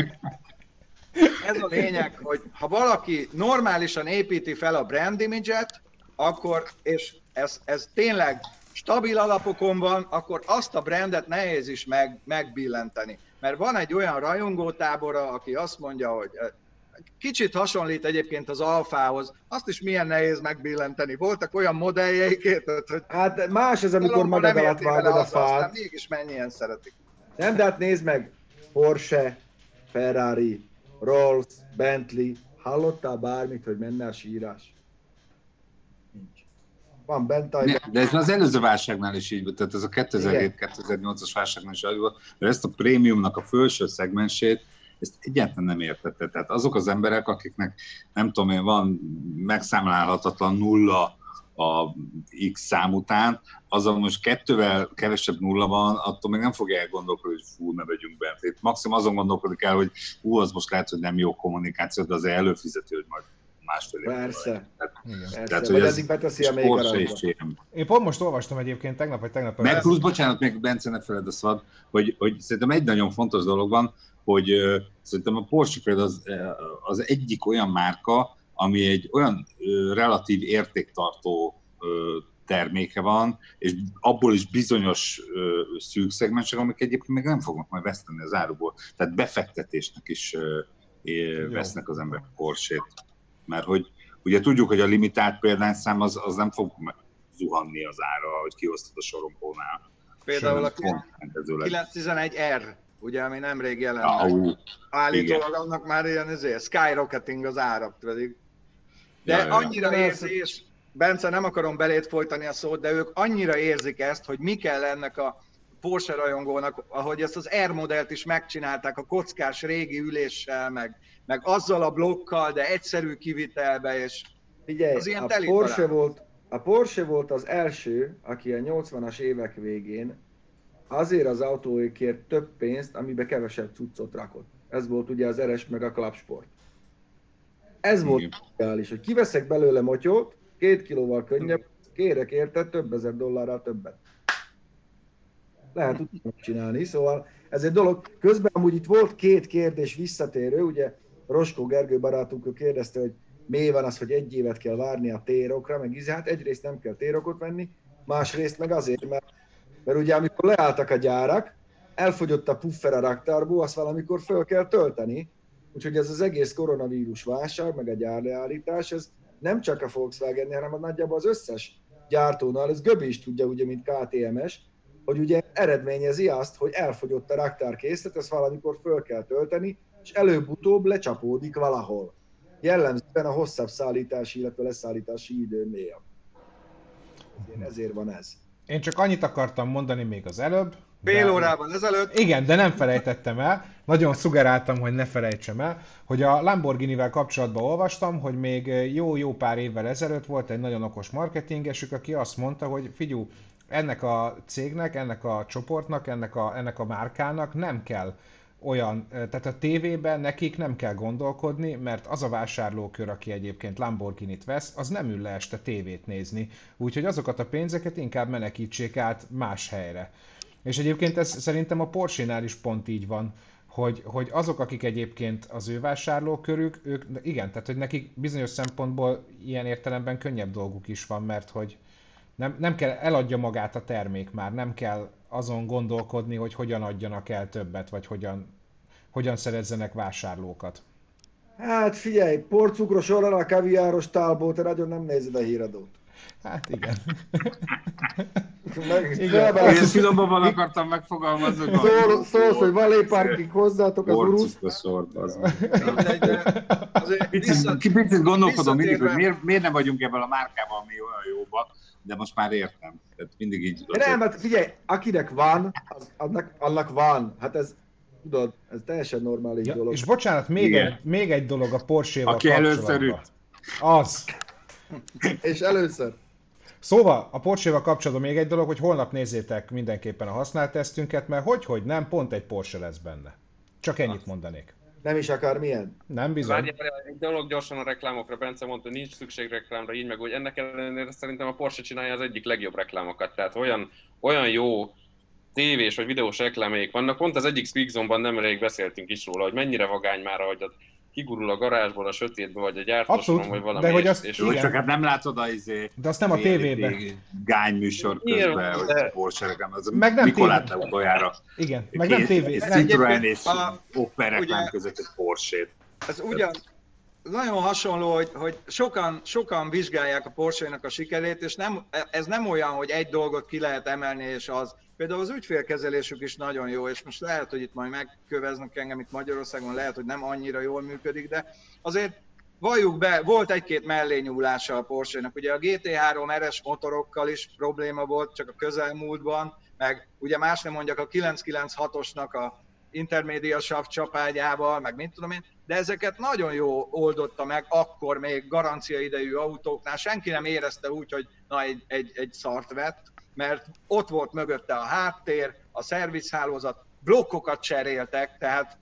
a lényeg, hogy ha valaki normálisan építi fel a brand image-et, akkor, és ez tényleg stabil alapokon van, akkor azt a brandet nehéz is megbillenteni. mert van egy olyan rajongótábora, aki azt mondja, hogy kicsit hasonlít egyébként az Alfához, azt is milyen nehéz megbillenteni. Voltak olyan modelljeik, hogy... Hát más ez, amikor magad alatt vágod a fát. Mégis mennyien szeretik. Nem, de hát nézd meg, Porsche, Ferrari, Rolls, Bentley, hallottál bármit, hogy menne a sírás? Nincs. Van Bentley. De ez az előző válságnál is így volt, tehát ez a 2007-2008-as válságnál is így volt, mert ezt a prémiumnak a felső szegmensét, ezt egyáltalán nem értette. Tehát azok az emberek, akiknek nem tudom én, van megszámlálhatatlan nulla a X szám után, azon most 2-vel kevesebb nulla van, attól még nem fogja elgondolkodni, hogy fú, ne vegyünk bent. Itt maximum azon gondolkodik el, hogy hú, az most lehet, hogy nem jó kommunikáció, de azért előfizető, hogy majd másfél évvel. Persze. Tehát, hogy eddig beteszi a még Én pont most olvastam egyébként tegnap. Meg plusz, bocsánat, még Bence, ne feled a szabad, hogy szerintem egy nagyon fontos dolog van, hogy szerintem a Porsche például az egyik olyan márka, ami egy olyan relatív értéktartó terméke van, és abból is bizonyos szűk szegmensek, amik egyébként még nem fognak majd veszteni az áruból. Tehát befektetésnek is vesznek az emberek Porsche-t. Mert hogy ugye tudjuk, hogy a limitált példányszám az nem fog zuhanni az ára, hogy kiosztod a sorompónál. Például a 911R, ugye, ami nemrég jelent meg. Állítólag annak már ilyen skyrocketing az árak pedig. De annyira érzi, és Bence, nem akarom belét folytani a szót, de ők annyira érzik ezt, hogy mi kell ennek a Porsche rajongónak, ahogy ezt az R modellt is megcsinálták a kockás régi üléssel, meg azzal a blokkal, de egyszerű kivitelbe, és figyelj, az ilyen a Porsche volt az első, aki a 80-as évek végén azért az autóikért több pénzt, amiben kevesebb cuccot rakott. Ez volt ugye az RS meg a Club Sport. Ez volt ideális, hogy kiveszek belőle motyót, 2 kilóval könnyebb, kérek érte több ezer dollárral többet. Lehet úgy csinálni, szóval ez egy dolog. Közben amúgy itt volt 2 kérdés visszatérő, ugye Roskó Gergő barátunk kérdezte, hogy miért van az, hogy 1 évet kell várni a térokra, meg hát egyrészt nem kell térokot venni, másrészt meg azért, mert ugye amikor leálltak a gyárak, elfogyott a puffer a raktárból, azt valamikor föl kell tölteni, úgyhogy ez az egész koronavírus válság, meg a gyárleállítás, ez nem csak a Volkswagen-nél, hanem nagyjából az összes gyártónál, ez Göbi is tudja, ugye, mint KTM-es, hogy ugye eredményezi azt, hogy elfogyott a raktárkészlet, ezt valamikor föl kell tölteni, és előbb-utóbb lecsapódik valahol. Jellemzően a hosszabb szállítási, illetve leszállítási idő miatt. Ezért van ez. Én csak annyit akartam mondani még az előbb. Fél órában ezelőtt. Igen, de nem felejtettem el. Nagyon szugeráltam, hogy ne felejtsem el, hogy a Lamborghinivel kapcsolatban olvastam, hogy még jó pár évvel ezelőtt volt egy nagyon okos marketingesük, aki azt mondta, hogy figyelj, ennek a cégnek, ennek a csoportnak, ennek a márkának nem kell olyan, tehát a tévében nekik nem kell gondolkodni, mert az a vásárlókör, aki egyébként Lamborghinit vesz, az nem ül le este tévét nézni. Úgyhogy azokat a pénzeket inkább menekítsék át más helyre. És egyébként ez szerintem a Porsche-nál is pont így van, hogy azok, akik egyébként az ő vásárlókörük, ők, igen, tehát hogy nekik bizonyos szempontból ilyen értelemben könnyebb dolguk is van, mert hogy nem kell, eladja magát a termék már, nem kell azon gondolkodni, hogy hogyan adjanak el többet, vagy hogyan szerezzenek vásárlókat. Hát figyelj, porcukros orral, kaviáros tálból, te nagyon nem nézed a híradót. Hát igen. Én finomban akartam megfogalmazni. Szólsz, hogy van lépárkig hozzátok az urusz. Picit gondolkodom mindig, hogy miért nem vagyunk ebben a márkában mi olyan jóba, de most már értem. Tehát mindig így... Nem, hát figyelj, akinek van, annak van. Hát ez, tudod, ez teljesen normális dolog. És bocsánat, még egy dolog a Porsche-val aki először üt. Az. És először. Szóval a Porsche-val kapcsolatban még egy dolog, hogy holnap nézzétek mindenképpen a használt tesztünket, mert hogy nem, pont egy Porsche lesz benne. Csak ennyit mondanék. Nem is akár milyen? Nem bizony. Várjál, egy dolog gyorsan a reklámokra. Bence mondta, hogy nincs szükség reklámra, így meg, hogy ennek ellenére szerintem a Porsche csinálja az egyik legjobb reklámokat. Tehát olyan jó tévés vagy videós reklámjaik vannak. Pont az egyik Speak Zone-ban nemrég beszéltünk is róla, hogy mennyire vagány már, hogy kigurul a garázsból, a sötétbe, vagy a gyártósoron, vagy valami. De hogy azt, és jó, csak hát nem látod a de azt nem a tévében. gányműsor közben, hogy Porsche-re, az meg nem mikor látta utoljára? Igen, meg nem tévé. Citroen és Opel reklám között egy Porsche-t. Ez ugyan nagyon hasonló, hogy sokan vizsgálják a Porsche-nak a sikerét, és ez nem olyan, hogy egy dolgot ki lehet emelni, és az. Például az ügyfélkezelésük is nagyon jó, és most lehet, hogy itt majd megköveznek engem itt Magyarországon, lehet, hogy nem annyira jól működik, de azért valljuk be, volt egy-két mellényúlása a Porsche-nak. Ugye a GT3 RS motorokkal is probléma volt, csak a közelmúltban, meg ugye más nem mondjak, a 996-osnak a intermédia sav csapágyával, meg mit tudom én, de ezeket nagyon jó oldotta meg akkor még garancia idejű autóknál. Senki nem érezte úgy, hogy na egy szart vett, mert ott volt mögötte a háttér, a szervizhálózat, blokkokat cseréltek, tehát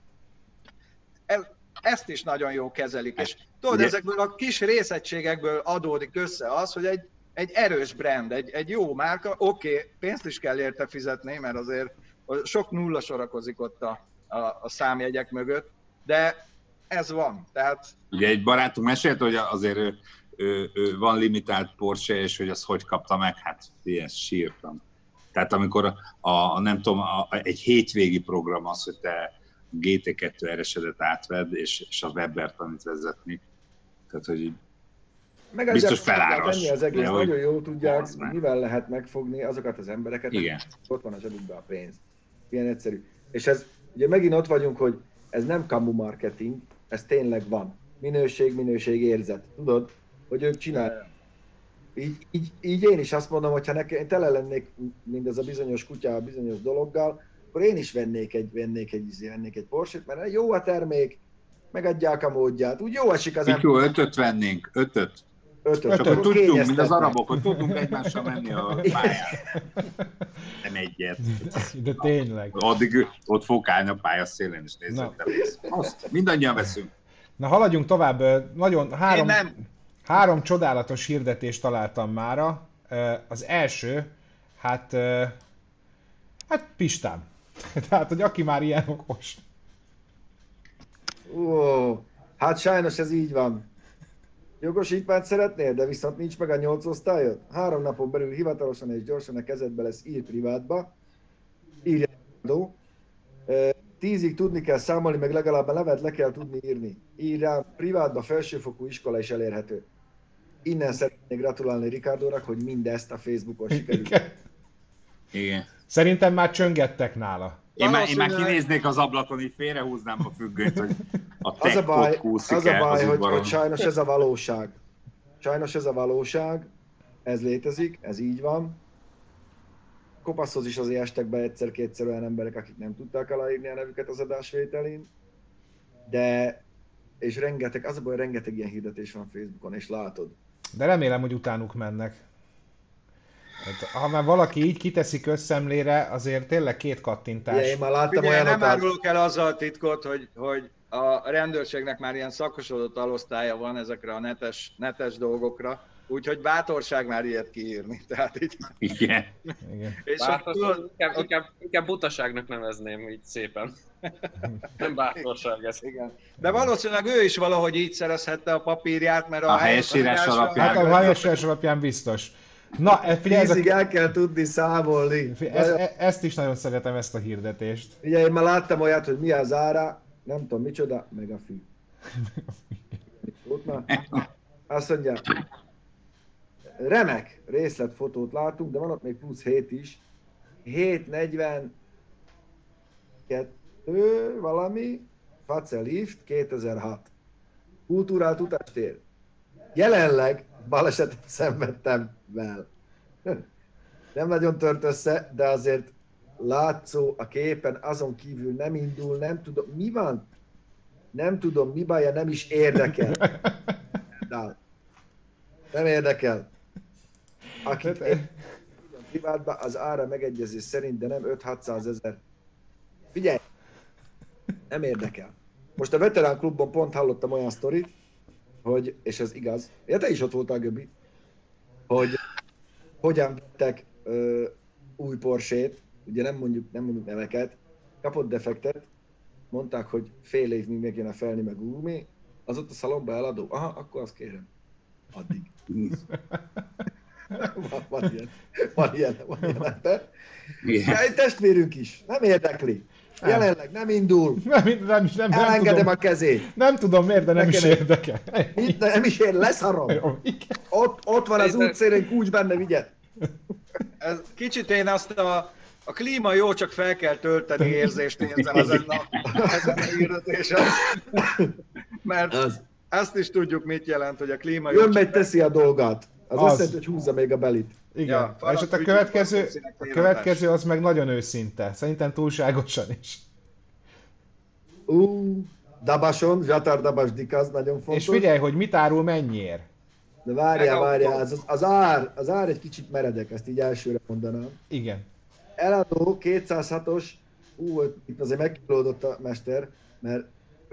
ezt is nagyon jó kezelik. És tudod, ezekből a kis részegységekből adódik össze az, hogy egy erős brand, egy jó márka, oké, pénzt is kell érte fizetni, mert azért sok nulla sorakozik ott a számjegyek mögött, de ez van. Tehát... Ugye egy barátunk mesélt, hogy azért ő van limitált Porsche, és hogy azt hogy kapta meg, hát ilyen sírtam. Tehát amikor nem tudom, egy hétvégi program az, hogy te GT2 RS-edet átvedd, és a Webert tanít vezetni. Tehát, hogy biztos feláras. Az egész nagyon jól tudják, mivel lehet megfogni azokat az embereket, igen. Ott van a zsebükben a pénz. Ilyen egyszerű. És ez, ugye megint ott vagyunk, hogy ez nem kamu marketing, ez tényleg van. Minőség érzet. Tudod, hogy ők csinálják. Így én is azt mondom, hogy ha nekem tele lennék mindez a bizonyos kutya, a bizonyos dologgal, akkor én is vennék egy Porsche-t, mert jó a termék, megadják a módját, úgy jó esik az ember. Jó, 5-öt vennénk, 5-öt. Csak hogy tudjunk, mint az arabok, hogy tudunk egymással menni a pályán. Nem egyet. De tényleg. Addig ott fogok állni a pálya szélén, és nézzük, azt mindannyian veszünk. Na haladjunk tovább. Nagyon három csodálatos hirdetést találtam mára. Az első, hát Pistám. Tehát, hogy aki már ilyen okos. Hát sajnos ez így van. Jogosítványt szeretnél, de viszont nincs meg a 8 osztályod? 3 napon belül hivatalosan és gyorsan a kezedbe lesz, ír privátba. Írja adó. 10-ig tudni kell számolni, meg legalább a nevet le kell tudni írni. Ír rá, privátba felsőfokú iskola is elérhető. Innen szeretnék gratulálni Ricardónak, hogy mindezt a Facebookon sikerült. Igen. Szerintem már csöngettek nála. Én már kinéznék az ablakon, így félrehúznám a függönyt, hogy a tech kúszik az a baj, hogy sajnos ez a valóság. Sajnos ez a valóság, ez létezik, ez így van. Kopaszhoz is azért estek be egyszer-kétszer olyan emberek, akik nem tudták aláírni a nevüket az adásvételén. De, és rengeteg, az a baj, rengeteg ilyen hirdetés van Facebookon, és látod. De remélem, hogy utánuk mennek. Ha már valaki így kiteszi közszemlére, azért tényleg 2 kattintás. Én már láttam ugye, olyanokat. Nem árulok el azzal a titkot, hogy a rendőrségnek már ilyen szakosodott alosztálya van ezekre a netes dolgokra, úgyhogy bátorság már ilyet kiírni. Tehát így... Igen. És inkább butaságnak nevezném így szépen. Nem bátorság ez. Igen. De valószínűleg ő is valahogy így szerezhette a papírját, mert a helyesírás alapján. Hát a helyesírás alapján biztos. Na, figyelj, el kell tudni számolni. Ezt is nagyon szeretem, ezt a hirdetést. Ugye én már láttam olyat, hogy mi az ára, nem tudom micsoda, meg a fű. Azt mondja, remek részletfotót látunk, de van ott még plusz 7 is. 742 valami, Facelift 2006. Kultúrált utastér. Jelenleg balesetet szenvedtem vel. Nem nagyon tört össze, de azért látszó a képen, azon kívül nem indul, nem tudom, mi van? Nem tudom, mi baja, nem is érdekel. Nem érdekel. Akit én privátban az ára megegyezés szerint, de nem 5-600 ezer. Figyelj! Nem érdekel. Most a veterán klubban pont hallottam olyan sztorit, hogy, és ez igaz, ja, te is ott voltál, Göbbi, hogy hogyan vittek új Porsét, ugye nem mondjuk neveket, kapott defektet, mondták, hogy fél év míg megjön a felni meg úrmi, Az ott a szalomba eladó? Aha, akkor azt kérem. Addig. Van ilyen ember. De egy testvérünk is. Nem érdekli. Jelenleg nem indul. Nem Elengedem tudom. a kezét. Nem tudom miért, de nem is érdekel. Nem is ér, leszarom. Ott van az útszélén, kulcs benne, vigyed. Ez kicsit én azt a klíma jó, csak fel kell tölteni érzést érzem ezen a hirdetésen. Mert ezt is tudjuk, mit jelent, hogy a klíma jó. Jön megy, teszi a dolgát. Az azt jelenti, hogy húzza még a belit. Igen, ja, és ott a következő az meg nagyon őszinte. Szerintem túlságosan is. Dabason, Zsatar Dabas Dikaz, nagyon fontos. És figyelj, hogy mit árul mennyiért. De várjál, az ár egy kicsit meredek, ezt így elsőre mondanám. Igen. Eladó 206-os, itt azért megkilódott a mester, mert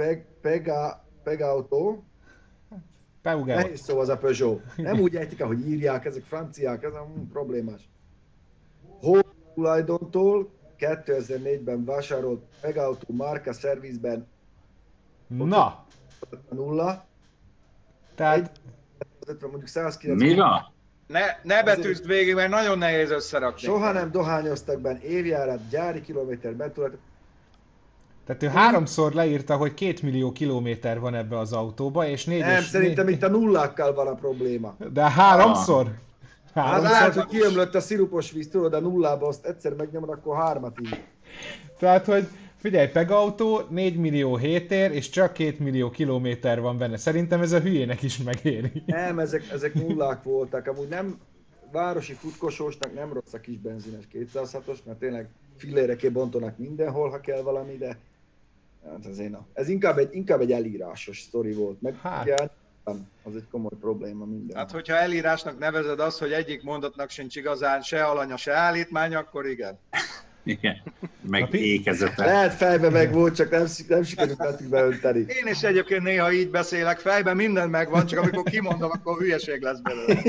Pegauto, nehéz szó az a Peugeot. Nem úgy ejtik, ahogy írják, ezek franciák, ez a problémás. Hol tulajdontól 2004-ben vásárolt Pegauto márka szervizben na! Nulla. Tehát... mondjuk 190. Mi van? Ne betűzd végig, mert nagyon nehéz összerakni. Soha nem dohányoztak benne, évjárat, gyári kilométer betöltött. Tehát ő háromszor leírta, hogy 2 millió kilométer van ebbe az autóba, és Nem, szerintem itt a nullákkal van a probléma. De háromszor? Hát lehet, hogy kiömlött a szirupos víz, tudod, a nullába azt egyszer megnyomod, akkor 3-at így. Tehát, hogy figyelj, Pegauto 4 millió hétér, és csak 2 millió kilométer van benne. Szerintem ez a hülyének is megéri. Nem, ezek nullák voltak. Amúgy nem, városi futkosósnak nem rossz a kis benzines 206-os, mert tényleg filléreké bontanak mindenhol, ha kell valami, de hát ez inkább egy elírásos sztori volt. Meg ugye, az egy komoly probléma minden. Hát, hogyha elírásnak nevezed azt, hogy egyik mondatnak sincs igazán se alanya, se állítmány, akkor igen. Igen, meg ékezete. Lehet fejbe meg volt, csak nem sikerült betűbe önteni. Én is egyébként néha így beszélek, fejben minden megvan, csak amikor kimondom, akkor hülyeség lesz belőle.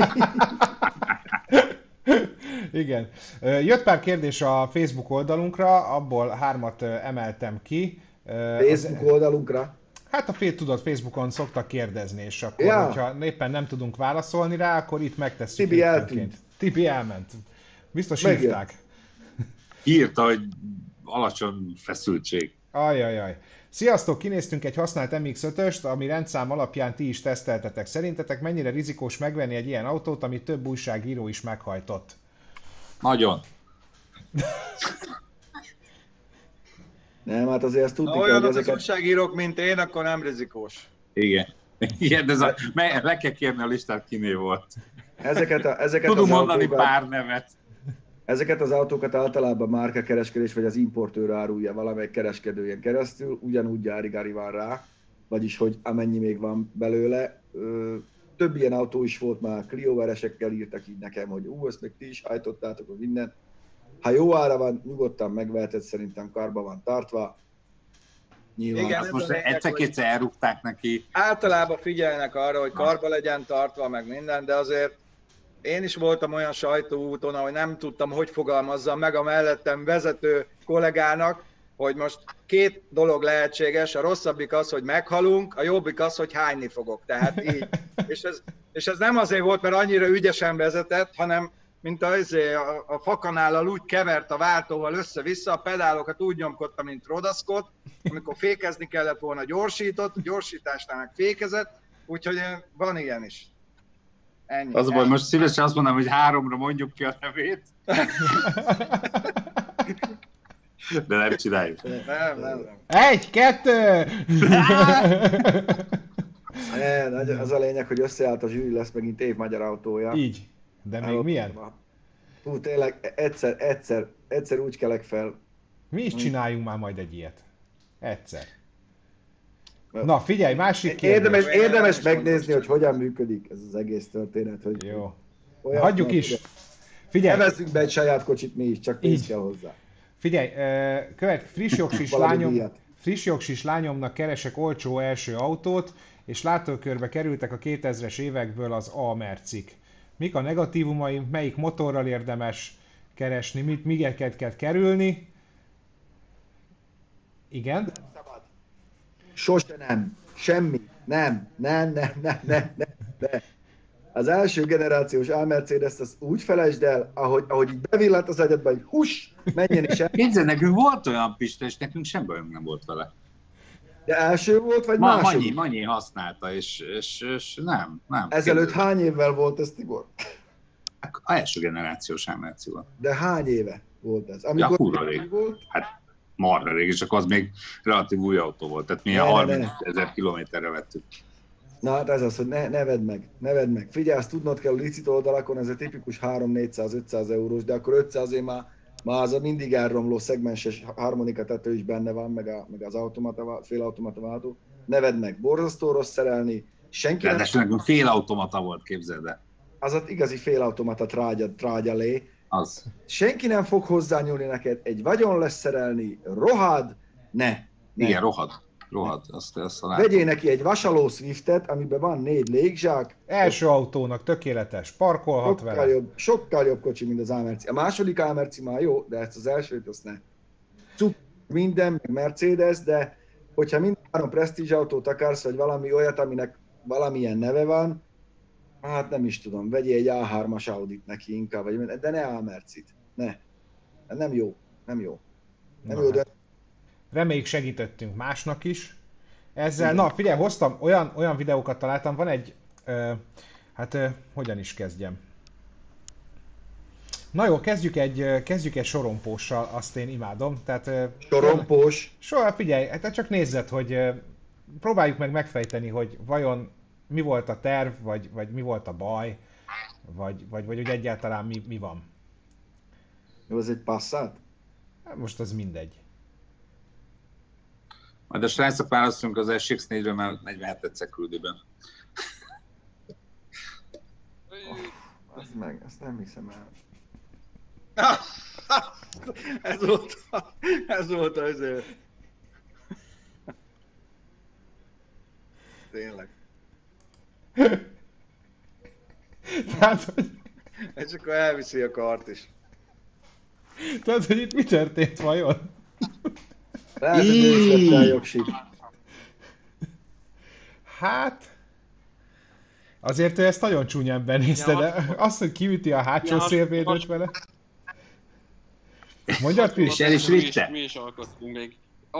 Igen. Jött pár kérdés a Facebook oldalunkra, abból 3-at emeltem ki. Facebook oldalunkra? Hát tudod, Facebookon szoktak kérdezni, és akkor, hogyha éppen nem tudunk válaszolni rá, akkor itt megtesszük. Tibi eltűnt. Tibi elment. Biztos hívták. Írta, hogy alacsony feszültség. Ajajaj. Sziasztok, kinéztünk egy használt MX-5-öst, ami rendszám alapján ti is teszteltetek. Szerintetek mennyire rizikós megvenni egy ilyen autót, amit több újságíró is meghajtott? Nagyon. Nem, hát azért ezt tudni kell, hogy ezeket... az újságírók, mint én, akkor nem rizikós. Igen. Igen, de le kell kérni a listát, kiné volt. Ezeket tudom mondani pár nevet. Ezeket az autókat általában márkakereskedés vagy az importőr árulja valamelyik kereskedőjen keresztül, ugyanúgy gyári van rá, vagyis hogy amennyi még van belőle. Több ilyen autó is volt már, Clio-veresekkel írtak így nekem, hogy ezt még ti is hajtottátok, hogy minden. Ha jó ára van, nyugodtan megveheted, szerintem karba van tartva. Nyilván. Igen, most egyszer-kétszer elrúgták neki. Általában figyelnek arra, hogy karba legyen tartva, meg minden, de azért én is voltam olyan sajtóúton, ahogy nem tudtam, hogy fogalmazzam meg a mellettem vezető kollégának, hogy most 2 dolog lehetséges, a rosszabbik az, hogy meghalunk, a jobbik az, hogy hányni fogok. Tehát így. És ez nem azért volt, mert annyira ügyesen vezetett, hanem mint a fakanállal úgy kevert a váltóval össze-vissza, a pedálokat úgy nyomkodta, mint rodaszkot, amikor fékezni kellett volna gyorsított, gyorsításnál meg fékezett, úgyhogy van ilyen is. Ennyi. Az a baj, most szívesen azt mondanám, hogy 3-ra mondjuk ki a nevét. De nem csináljuk. Nem. 1, 2! Az a lényeg, hogy összeállt a zsűri, lesz megint év magyar autója. Így. De még milyen? Hú, tényleg egyszer úgy kelek fel. Mi is csináljunk már majd egy ilyet. Egyszer. Na figyelj, másik kérdés. Érdemes megnézni, hogy hogyan működik ez az egész történet. Hogy jó. Hagyjuk is. Figyelj. Nevezzünk be egy saját kocsit mi is, csak pénz kell hozzá. Figyelj, friss jogsis lányomnak keresek olcsó első autót, és látókörbe kerültek a 2000-es évekből az A-mercik. Mik a negatívumai, melyik motorral érdemes keresni, miket kell kerülni? Igen? Sose nem. Semmi. Nem. Az első generációs A-Mercedes-t az úgy felejtsd el, ahogy így bevillant az agyadba, hogy hús, menjen is el. Képzeld, nekünk volt olyan Pista, és nekünk sem bajunk nem volt vele. De első volt, vagy második? Manyi használta, és nem. Ezelőtt hány évvel volt ez, Tibor? A első generációs A-Merci volt. De hány éve volt ez? Amikor kurva rég. Volt? Hát marha rég, és akkor az még relatív új autó volt, tehát mi 30 000 kilométerre vettük. Na hát ez az, hogy ne vedd meg. Figyelj, azt tudnod kell, a licit oldalakon ez a tipikus 300-400-500 eurós, de akkor 500 már az a mindig elromló szegmenses harmonika tető is benne van, meg az automata, félautomata váltó. Ne vedd meg, borzasztó rossz szerelni, senki nem... De nekünk félautomata volt, képzeld el. Az az igazi félautomata trágya lé. Az. Senki nem fog hozzányúlni neked, egy vagyon lesz szerelni, rohad, ne. Igen, rohad, azt látom. Vegyél neki egy vasaló Swiftet, amiben van 4 légzsák. Első autónak tökéletes, parkolhat vele. Sokkal jobb kocsi, mint az A-Merci. A második A-Merci már jó, de ezt az elsőt azt ne. Cuk, minden, meg Mercedes, de hogyha minden Prestige autót akarsz, vagy valami olyat, aminek valamilyen neve van, hát nem is tudom, vegyél egy A3-as Audit neki inkább, de ne A-Mercit. Ne. Nem jó. Hát. Reméljük segítettünk másnak is. Ezzel, igen. Na figyelj, hoztam, olyan videókat találtam, van egy, hogyan is kezdjem? Na jó, kezdjük egy sorompóssal, azt én imádom. Tehát, sorompós? Figyelj, hát csak nézzed, hogy próbáljuk meg megfejteni, hogy vajon mi volt a terv, vagy mi volt a baj, vagy hogy egyáltalán mi van. Jó, ez egy Passat? Most az mindegy. Majd a srácok választunk az SX4-ről, mert 47-et küldi be. Azt meg, ezt nem hiszem el. Ez volt azért. Tényleg. Tehát, hogy... És akkor elviszi a kart is. Tehát, hogy itt mi történt vajon? Lehet, hogy őszlettel jogsit. Hát... Azért ő ezt nagyon csúnyán benézte, de azt, hogy kiüti a hátsó szélvédőt vele... Mondjad, Pis? Mi is alkottunk még.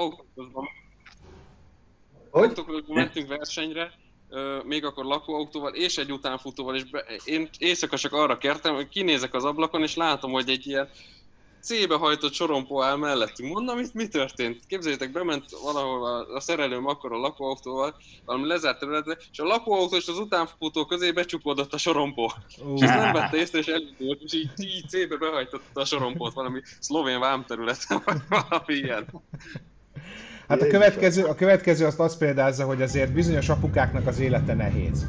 Autókról mentünk versenyre, még akkor lakóautóval és egy utánfutóval, és én éjszaka csak arra kértem, hogy kinézek az ablakon, és látom, hogy egy ilyen C-be hajtott sorompó áll mellettünk. Mondom, mi történt? Képzeljétek, bement valahol a szerelőm akkor a lakóautóval, valami lezárt területre, és a lakóautó és az utánfutó közé becsukódott a sorompó. És ezt nem vette észre, és elindult, és így C-be behajtotta a sorompót valami szlovén vámterületen, vagy valami ilyen. Hát a következő azt példázza, hogy azért bizonyos apukáknak az élete nehéz.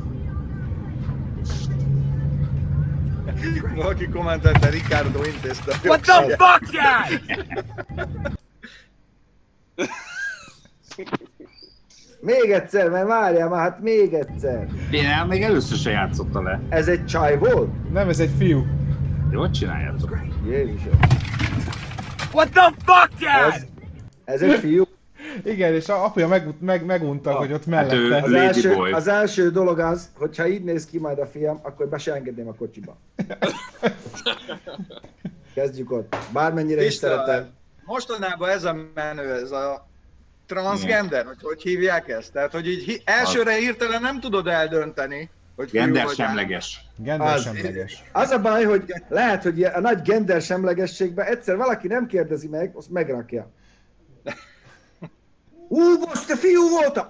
Valaki kommentelte, Ricardo intézte a What the fuck, guy? Még egyszer, mert várjál már, hát még egyszer. Én még először se játszotta le. Ez egy csaj volt? Nem, ez egy fiú. Jó, csináljátok. Jézusom. What the fuck, guy? Ez egy fiú? Igen, és a apja megunta, hogy ott mellette. Hát az első dolog az, hogyha így néz ki majd a fiam, akkor be se engedném a kocsiba. Kezdjük ott. Bármennyire is szeretem. Mostanában ez a menő, ez a transgender, hogy hívják ezt? Tehát, hogy így elsőre hirtelen nem tudod eldönteni, hogy gendersemleges. Gendersemleges. Az a baj, hogy lehet, hogy a nagy gendersemlegességben egyszer valaki nem kérdezi meg, azt megrakja. Most te fiú voltál!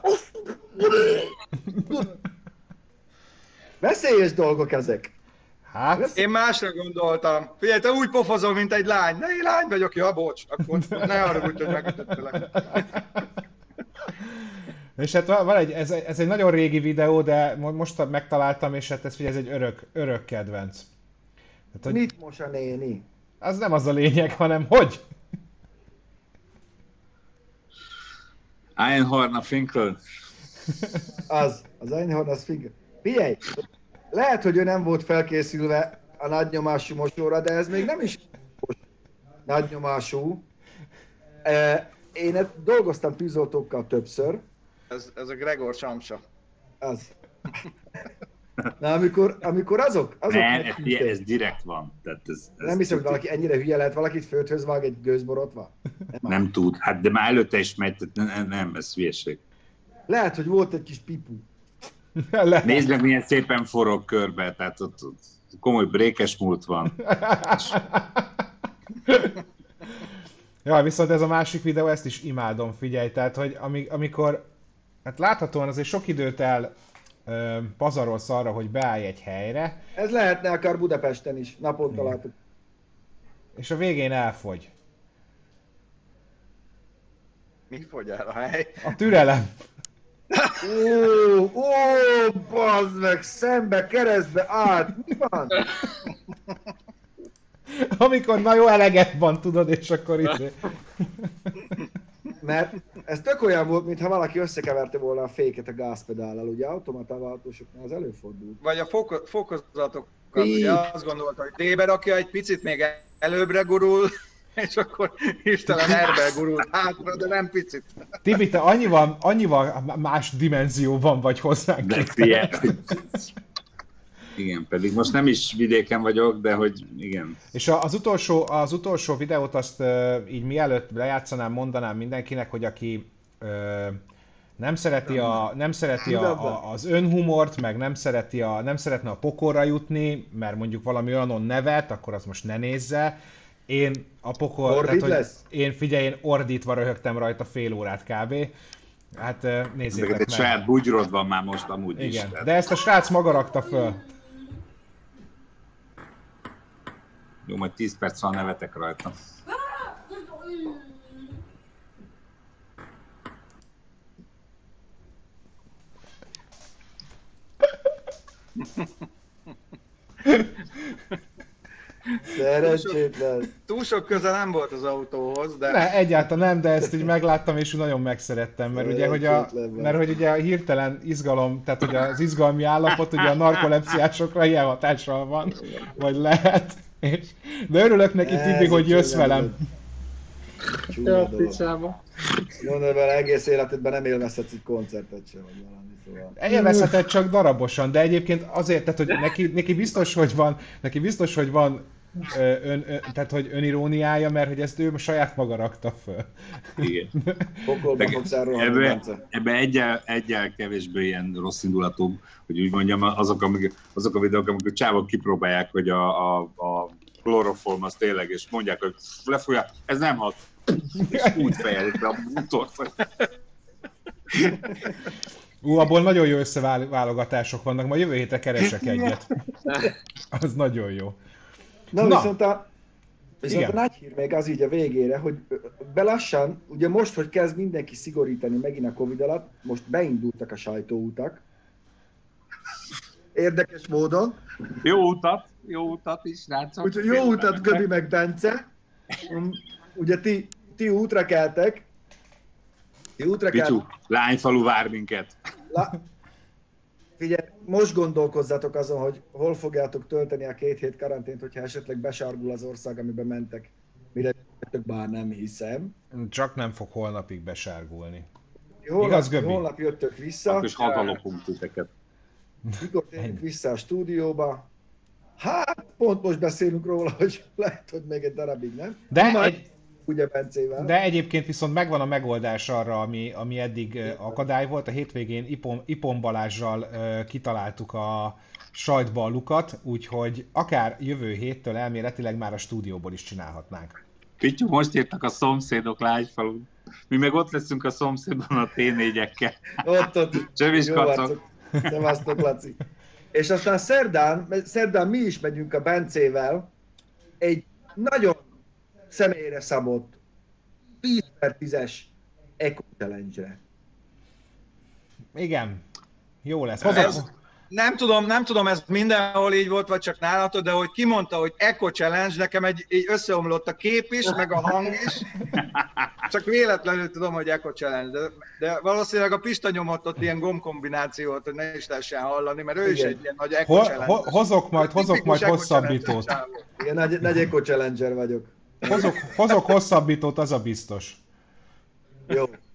Veszélyes dolgok ezek. Hát? Én másra gondoltam. Figyelj, te úgy pofozol, mint egy lány. De én lány vagyok, ja, bocs. Akkor ne haragudj, hogy megütöttelek. És hát van ez egy nagyon régi videó, de most megtaláltam, és hát ez egy örök kedvenc. Hát, mit mos a néni? Az nem az a lényeg, hanem hogy? Einhorn a Finkel. Az Einhorn Finkel. Figyelj, lehet, hogy ő nem volt felkészülve a nagynyomású mosóra, de ez még nem is nagynyomású. Én dolgoztam tűzoltókkal többször. Ez a Gregor Samsa. Az. Na, amikor azok ez direkt van. Tehát ez nem hiszem, hogy valaki ennyire hülye lehet, valakit földhöz vág egy gőzborotva. Nem tud. Hát de már előtte is megy, tehát nem, ez hülyeség. Lehet, hogy volt egy kis pipu. Nézd meg, milyen szépen forog körbe, tehát ott komoly brékes múlt van. Ja, viszont ez a másik videó, ezt is imádom, figyelj, tehát, hogy amikor, hát láthatóan azért sok időt pazarolsz arra, hogy beállj egy helyre. Ez lehetne akár Budapesten is, naponta látok. És a végén elfogy. Mi fogy el a hely? A türelem. Ó, bazd meg, szembe, keresztbe, át, mi van? Amikor na jó, eleged van, tudod, és akkor itt... Mert ez tök olyan volt, mintha valaki összekeverte volna a féket a gázpedállal, ugye automatával autósoknál az előfordul. Vagy a fokozatokat, ugye azt gondolta, hogy D-be rakja, egy picit még előbbre gurul, és akkor hirtelen erbe gurult hátra, de nem picit. Tibi, te annyival más dimenzióban vagy hozzánk. Igen, pedig most nem is vidéken vagyok, de hogy igen. És az utolsó videót azt így mielőtt lejátszanám, mondanám mindenkinek, hogy aki nem szereti az önhumort, meg nem szeretne a pokolra jutni, mert mondjuk valami olyanon nevet, akkor azt most ne nézze. Én a pokol... Én ordítva röhögtem rajta fél órát kb. Hát nézzétek meg. Egy saját bugyrod van már most amúgy is. Igen, de ezt a srác maga rakta föl. Jó, majd 10 perc van, nevetek rajta. Szerencsétlen. Túl sok köze nem volt az autóhoz, de... Ne, egyáltalán nem, de ezt így megláttam és nagyon megszerettem, mert ugye, hogy ugye a hirtelen izgalom, tehát hogy az izgalmi állapot ugye a narkolepsziásokra ilyen hatással van, vagy lehet. De örülök neki, Tibi, hogy jössz velem. Csúnya dolog. Mondom, hogy egész életedben nem élvezhetsz egy koncertet sem, vagy valami, szóval. Élvezheted csak darabosan, de egyébként azért, tehát hogy neki biztos, hogy van tehát, hogy öniróniája, mert hogy ezt ő saját maga rakta föl. Igen. Pokolba fogsz elrohanni, Bence. Ebben egyel kevésbé ilyen rossz indulatú, hogy úgy mondjam, azok a videók, amikor csávok kipróbálják, hogy a kloroform az tényleg, és mondják, hogy lefújja, ez nem hat. És úgy fejelik be a bútort. Abból nagyon jó összeválogatások vannak, majd jövő hétre keresek egyet. Az nagyon jó. Na. Viszont a nagy hír még az így a végére, hogy belassan, ugye most, hogy kezd mindenki szigorítani megint a Covid alatt, most beindultak a sajtóutak. Érdekes módon. Jó utat is, srácok. Úgyhogy jó utat, Göbi meg Bence. Ugye ti útra keltek. Picsú, Lányfalu vár minket. Figyelj, most gondolkozzatok azon, hogy hol fogjátok tölteni a 2 hét karantént, hogyha esetleg besárgul az ország, amiben mentek. Mire bár nem hiszem. Csak nem fog holnapig besárgulni. Holnap jöttök vissza. Akkor is hatalopunk titeket. Mikor térjünk vissza a stúdióba? Hát, pont most beszélünk róla, hogy lehet, hogy még egy darabig, nem? Ugye Bencével. De egyébként viszont megvan a megoldás arra, ami eddig akadály volt. A hétvégén Ipon Balázssal kitaláltuk a sajtba a lukat, úgyhogy akár jövő héttől elméletileg már a stúdióból is csinálhatnánk. Pityu, most írtak a szomszédok Lányfalun. Mi meg ott leszünk a szomszédban a T4-ekkel. Ott. Csövis kacok. Szevasztok, Laci. És aztán szerdán mi is megyünk a Bencével egy nagyon személyre szabott 10x10-es Eco Challenge-re. Igen, jó lesz. Nem tudom, ez mindenhol így volt, vagy csak nálatok, de hogy kimondta, hogy Eco Challenge, nekem így összeomlott a kép is, meg a hang is. Csak véletlenül tudom, hogy Eco Challenge, de valószínűleg a Pista nyomott ott ilyen gombkombinációt, hogy ne is lehessen hallani, mert ő is egy ilyen nagy Eco Challenge. Hozok majd hosszabbítót. Igen, nagy Eco Challenger vagyok. Hozok hosszabbítót, az a biztos. Jó.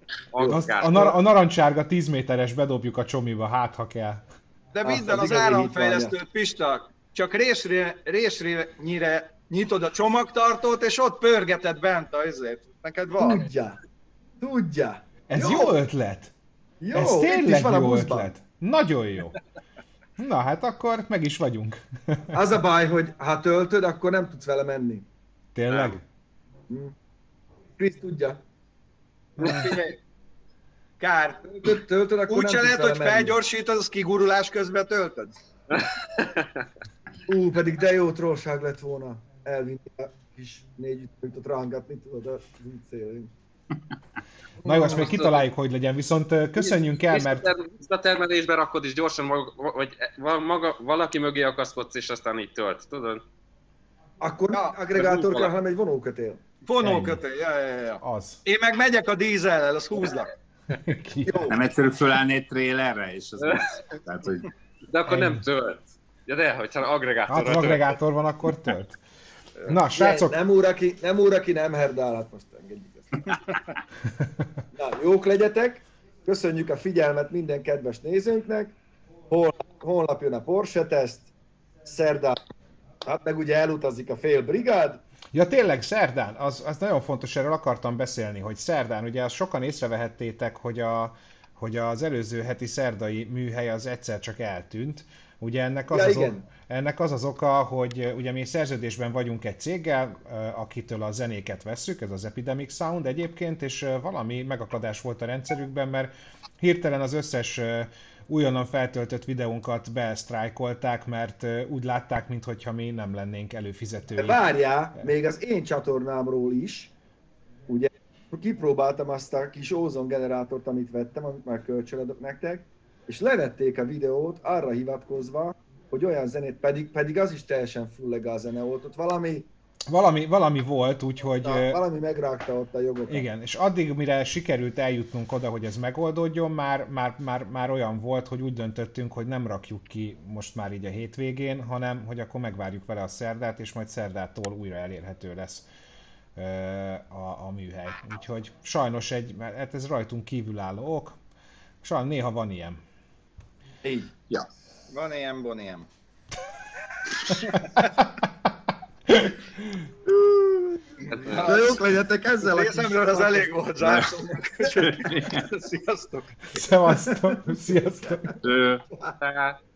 A narancsárga 10 méteres bedobjuk a csomiba, hát ha kell. De vidd el az áramfejlesztőt, Pista, csak résnyire nyitod a csomagtartót, és ott pörgeted bent a izét. Neked van. Tudja. Ez jó ötlet. Jó, Ez tényleg van jó ötlet. Nagyon jó. Na hát akkor meg is vagyunk. Az a baj, hogy ha töltöd, akkor nem tudsz vele menni. Tényleg? Krisz tudja. Figyelj. Kár. Töltöd, akkor úgy nem se tudsz lehet, vele hogy menni. felgyorsítod, az kigurulás közben töltöd. Pedig de jó trollság lett volna elvinni a kis 4 ütöt rángatni, tudod, a útszélén. Na jó, azt még kitaláljuk, hogy legyen, viszont köszönjünk el, mert... Visszatermelésbe rakod, és gyorsan vagy valaki mögé akaszkodsz, és aztán így tölt, tudod? Akkor aggregátor kell, hanem egy vonókötél. Vonókötél, ja. Az. Én meg megyek a dízellel, az húzlak. Jó. Nem egyszerű fölállni egy trélerre, és az lesz. Tehát, hogy... De akkor nem tölt. Ja de, hogyha aggregátorra Hát, ha aggregátor van, akkor tölt. Na, srácok... Nem úr, aki nem herdál, hát most engedjük ezt. Na, jók legyetek, köszönjük a figyelmet minden kedves nézőnknek. Holnap jön a Porsche teszt, szerdán, hát meg ugye elutazik a fél brigád. Ja tényleg, szerdán, az nagyon fontos, erről akartam beszélni, hogy szerdán, ugye azt sokan észrevehettétek, hogy az előző heti szerdai műhely az egyszer csak eltűnt. Ugye ennek az az oka, hogy ugye mi szerződésben vagyunk egy céggel, akitől a zenéket vesszük, ez az Epidemic Sound egyébként, és valami megakadás volt a rendszerükben, mert hirtelen az összes újonnan feltöltött videónkat besztrájkolták, mert úgy látták, mintha mi nem lennénk előfizetői. De várjál, még az én csatornámról is, ugye kipróbáltam azt a kis ózon generátort, amit vettem, amit már kölcsönadok nektek, és levették a videót arra hivatkozva, hogy olyan zenét, pedig az is teljesen full legál zene volt, ott valami volt, úgyhogy... valami megrágta ott a jogokat. Igen, és addig, mire sikerült eljutnunk oda, hogy ez megoldódjon, már olyan volt, hogy úgy döntöttünk, hogy nem rakjuk ki most már így a hétvégén, hanem hogy akkor megvárjuk vele a szerdát, és majd szerdától újra elérhető lesz a műhely. Úgyhogy sajnos hát ez rajtunk kívülálló ok, sajnos néha van ilyen. Így. Ja. Van ilyen. De jók legyetek ezzel a részemről az elég volt, zárszónak. Sziasztok! Szevasztok! Sziasztok!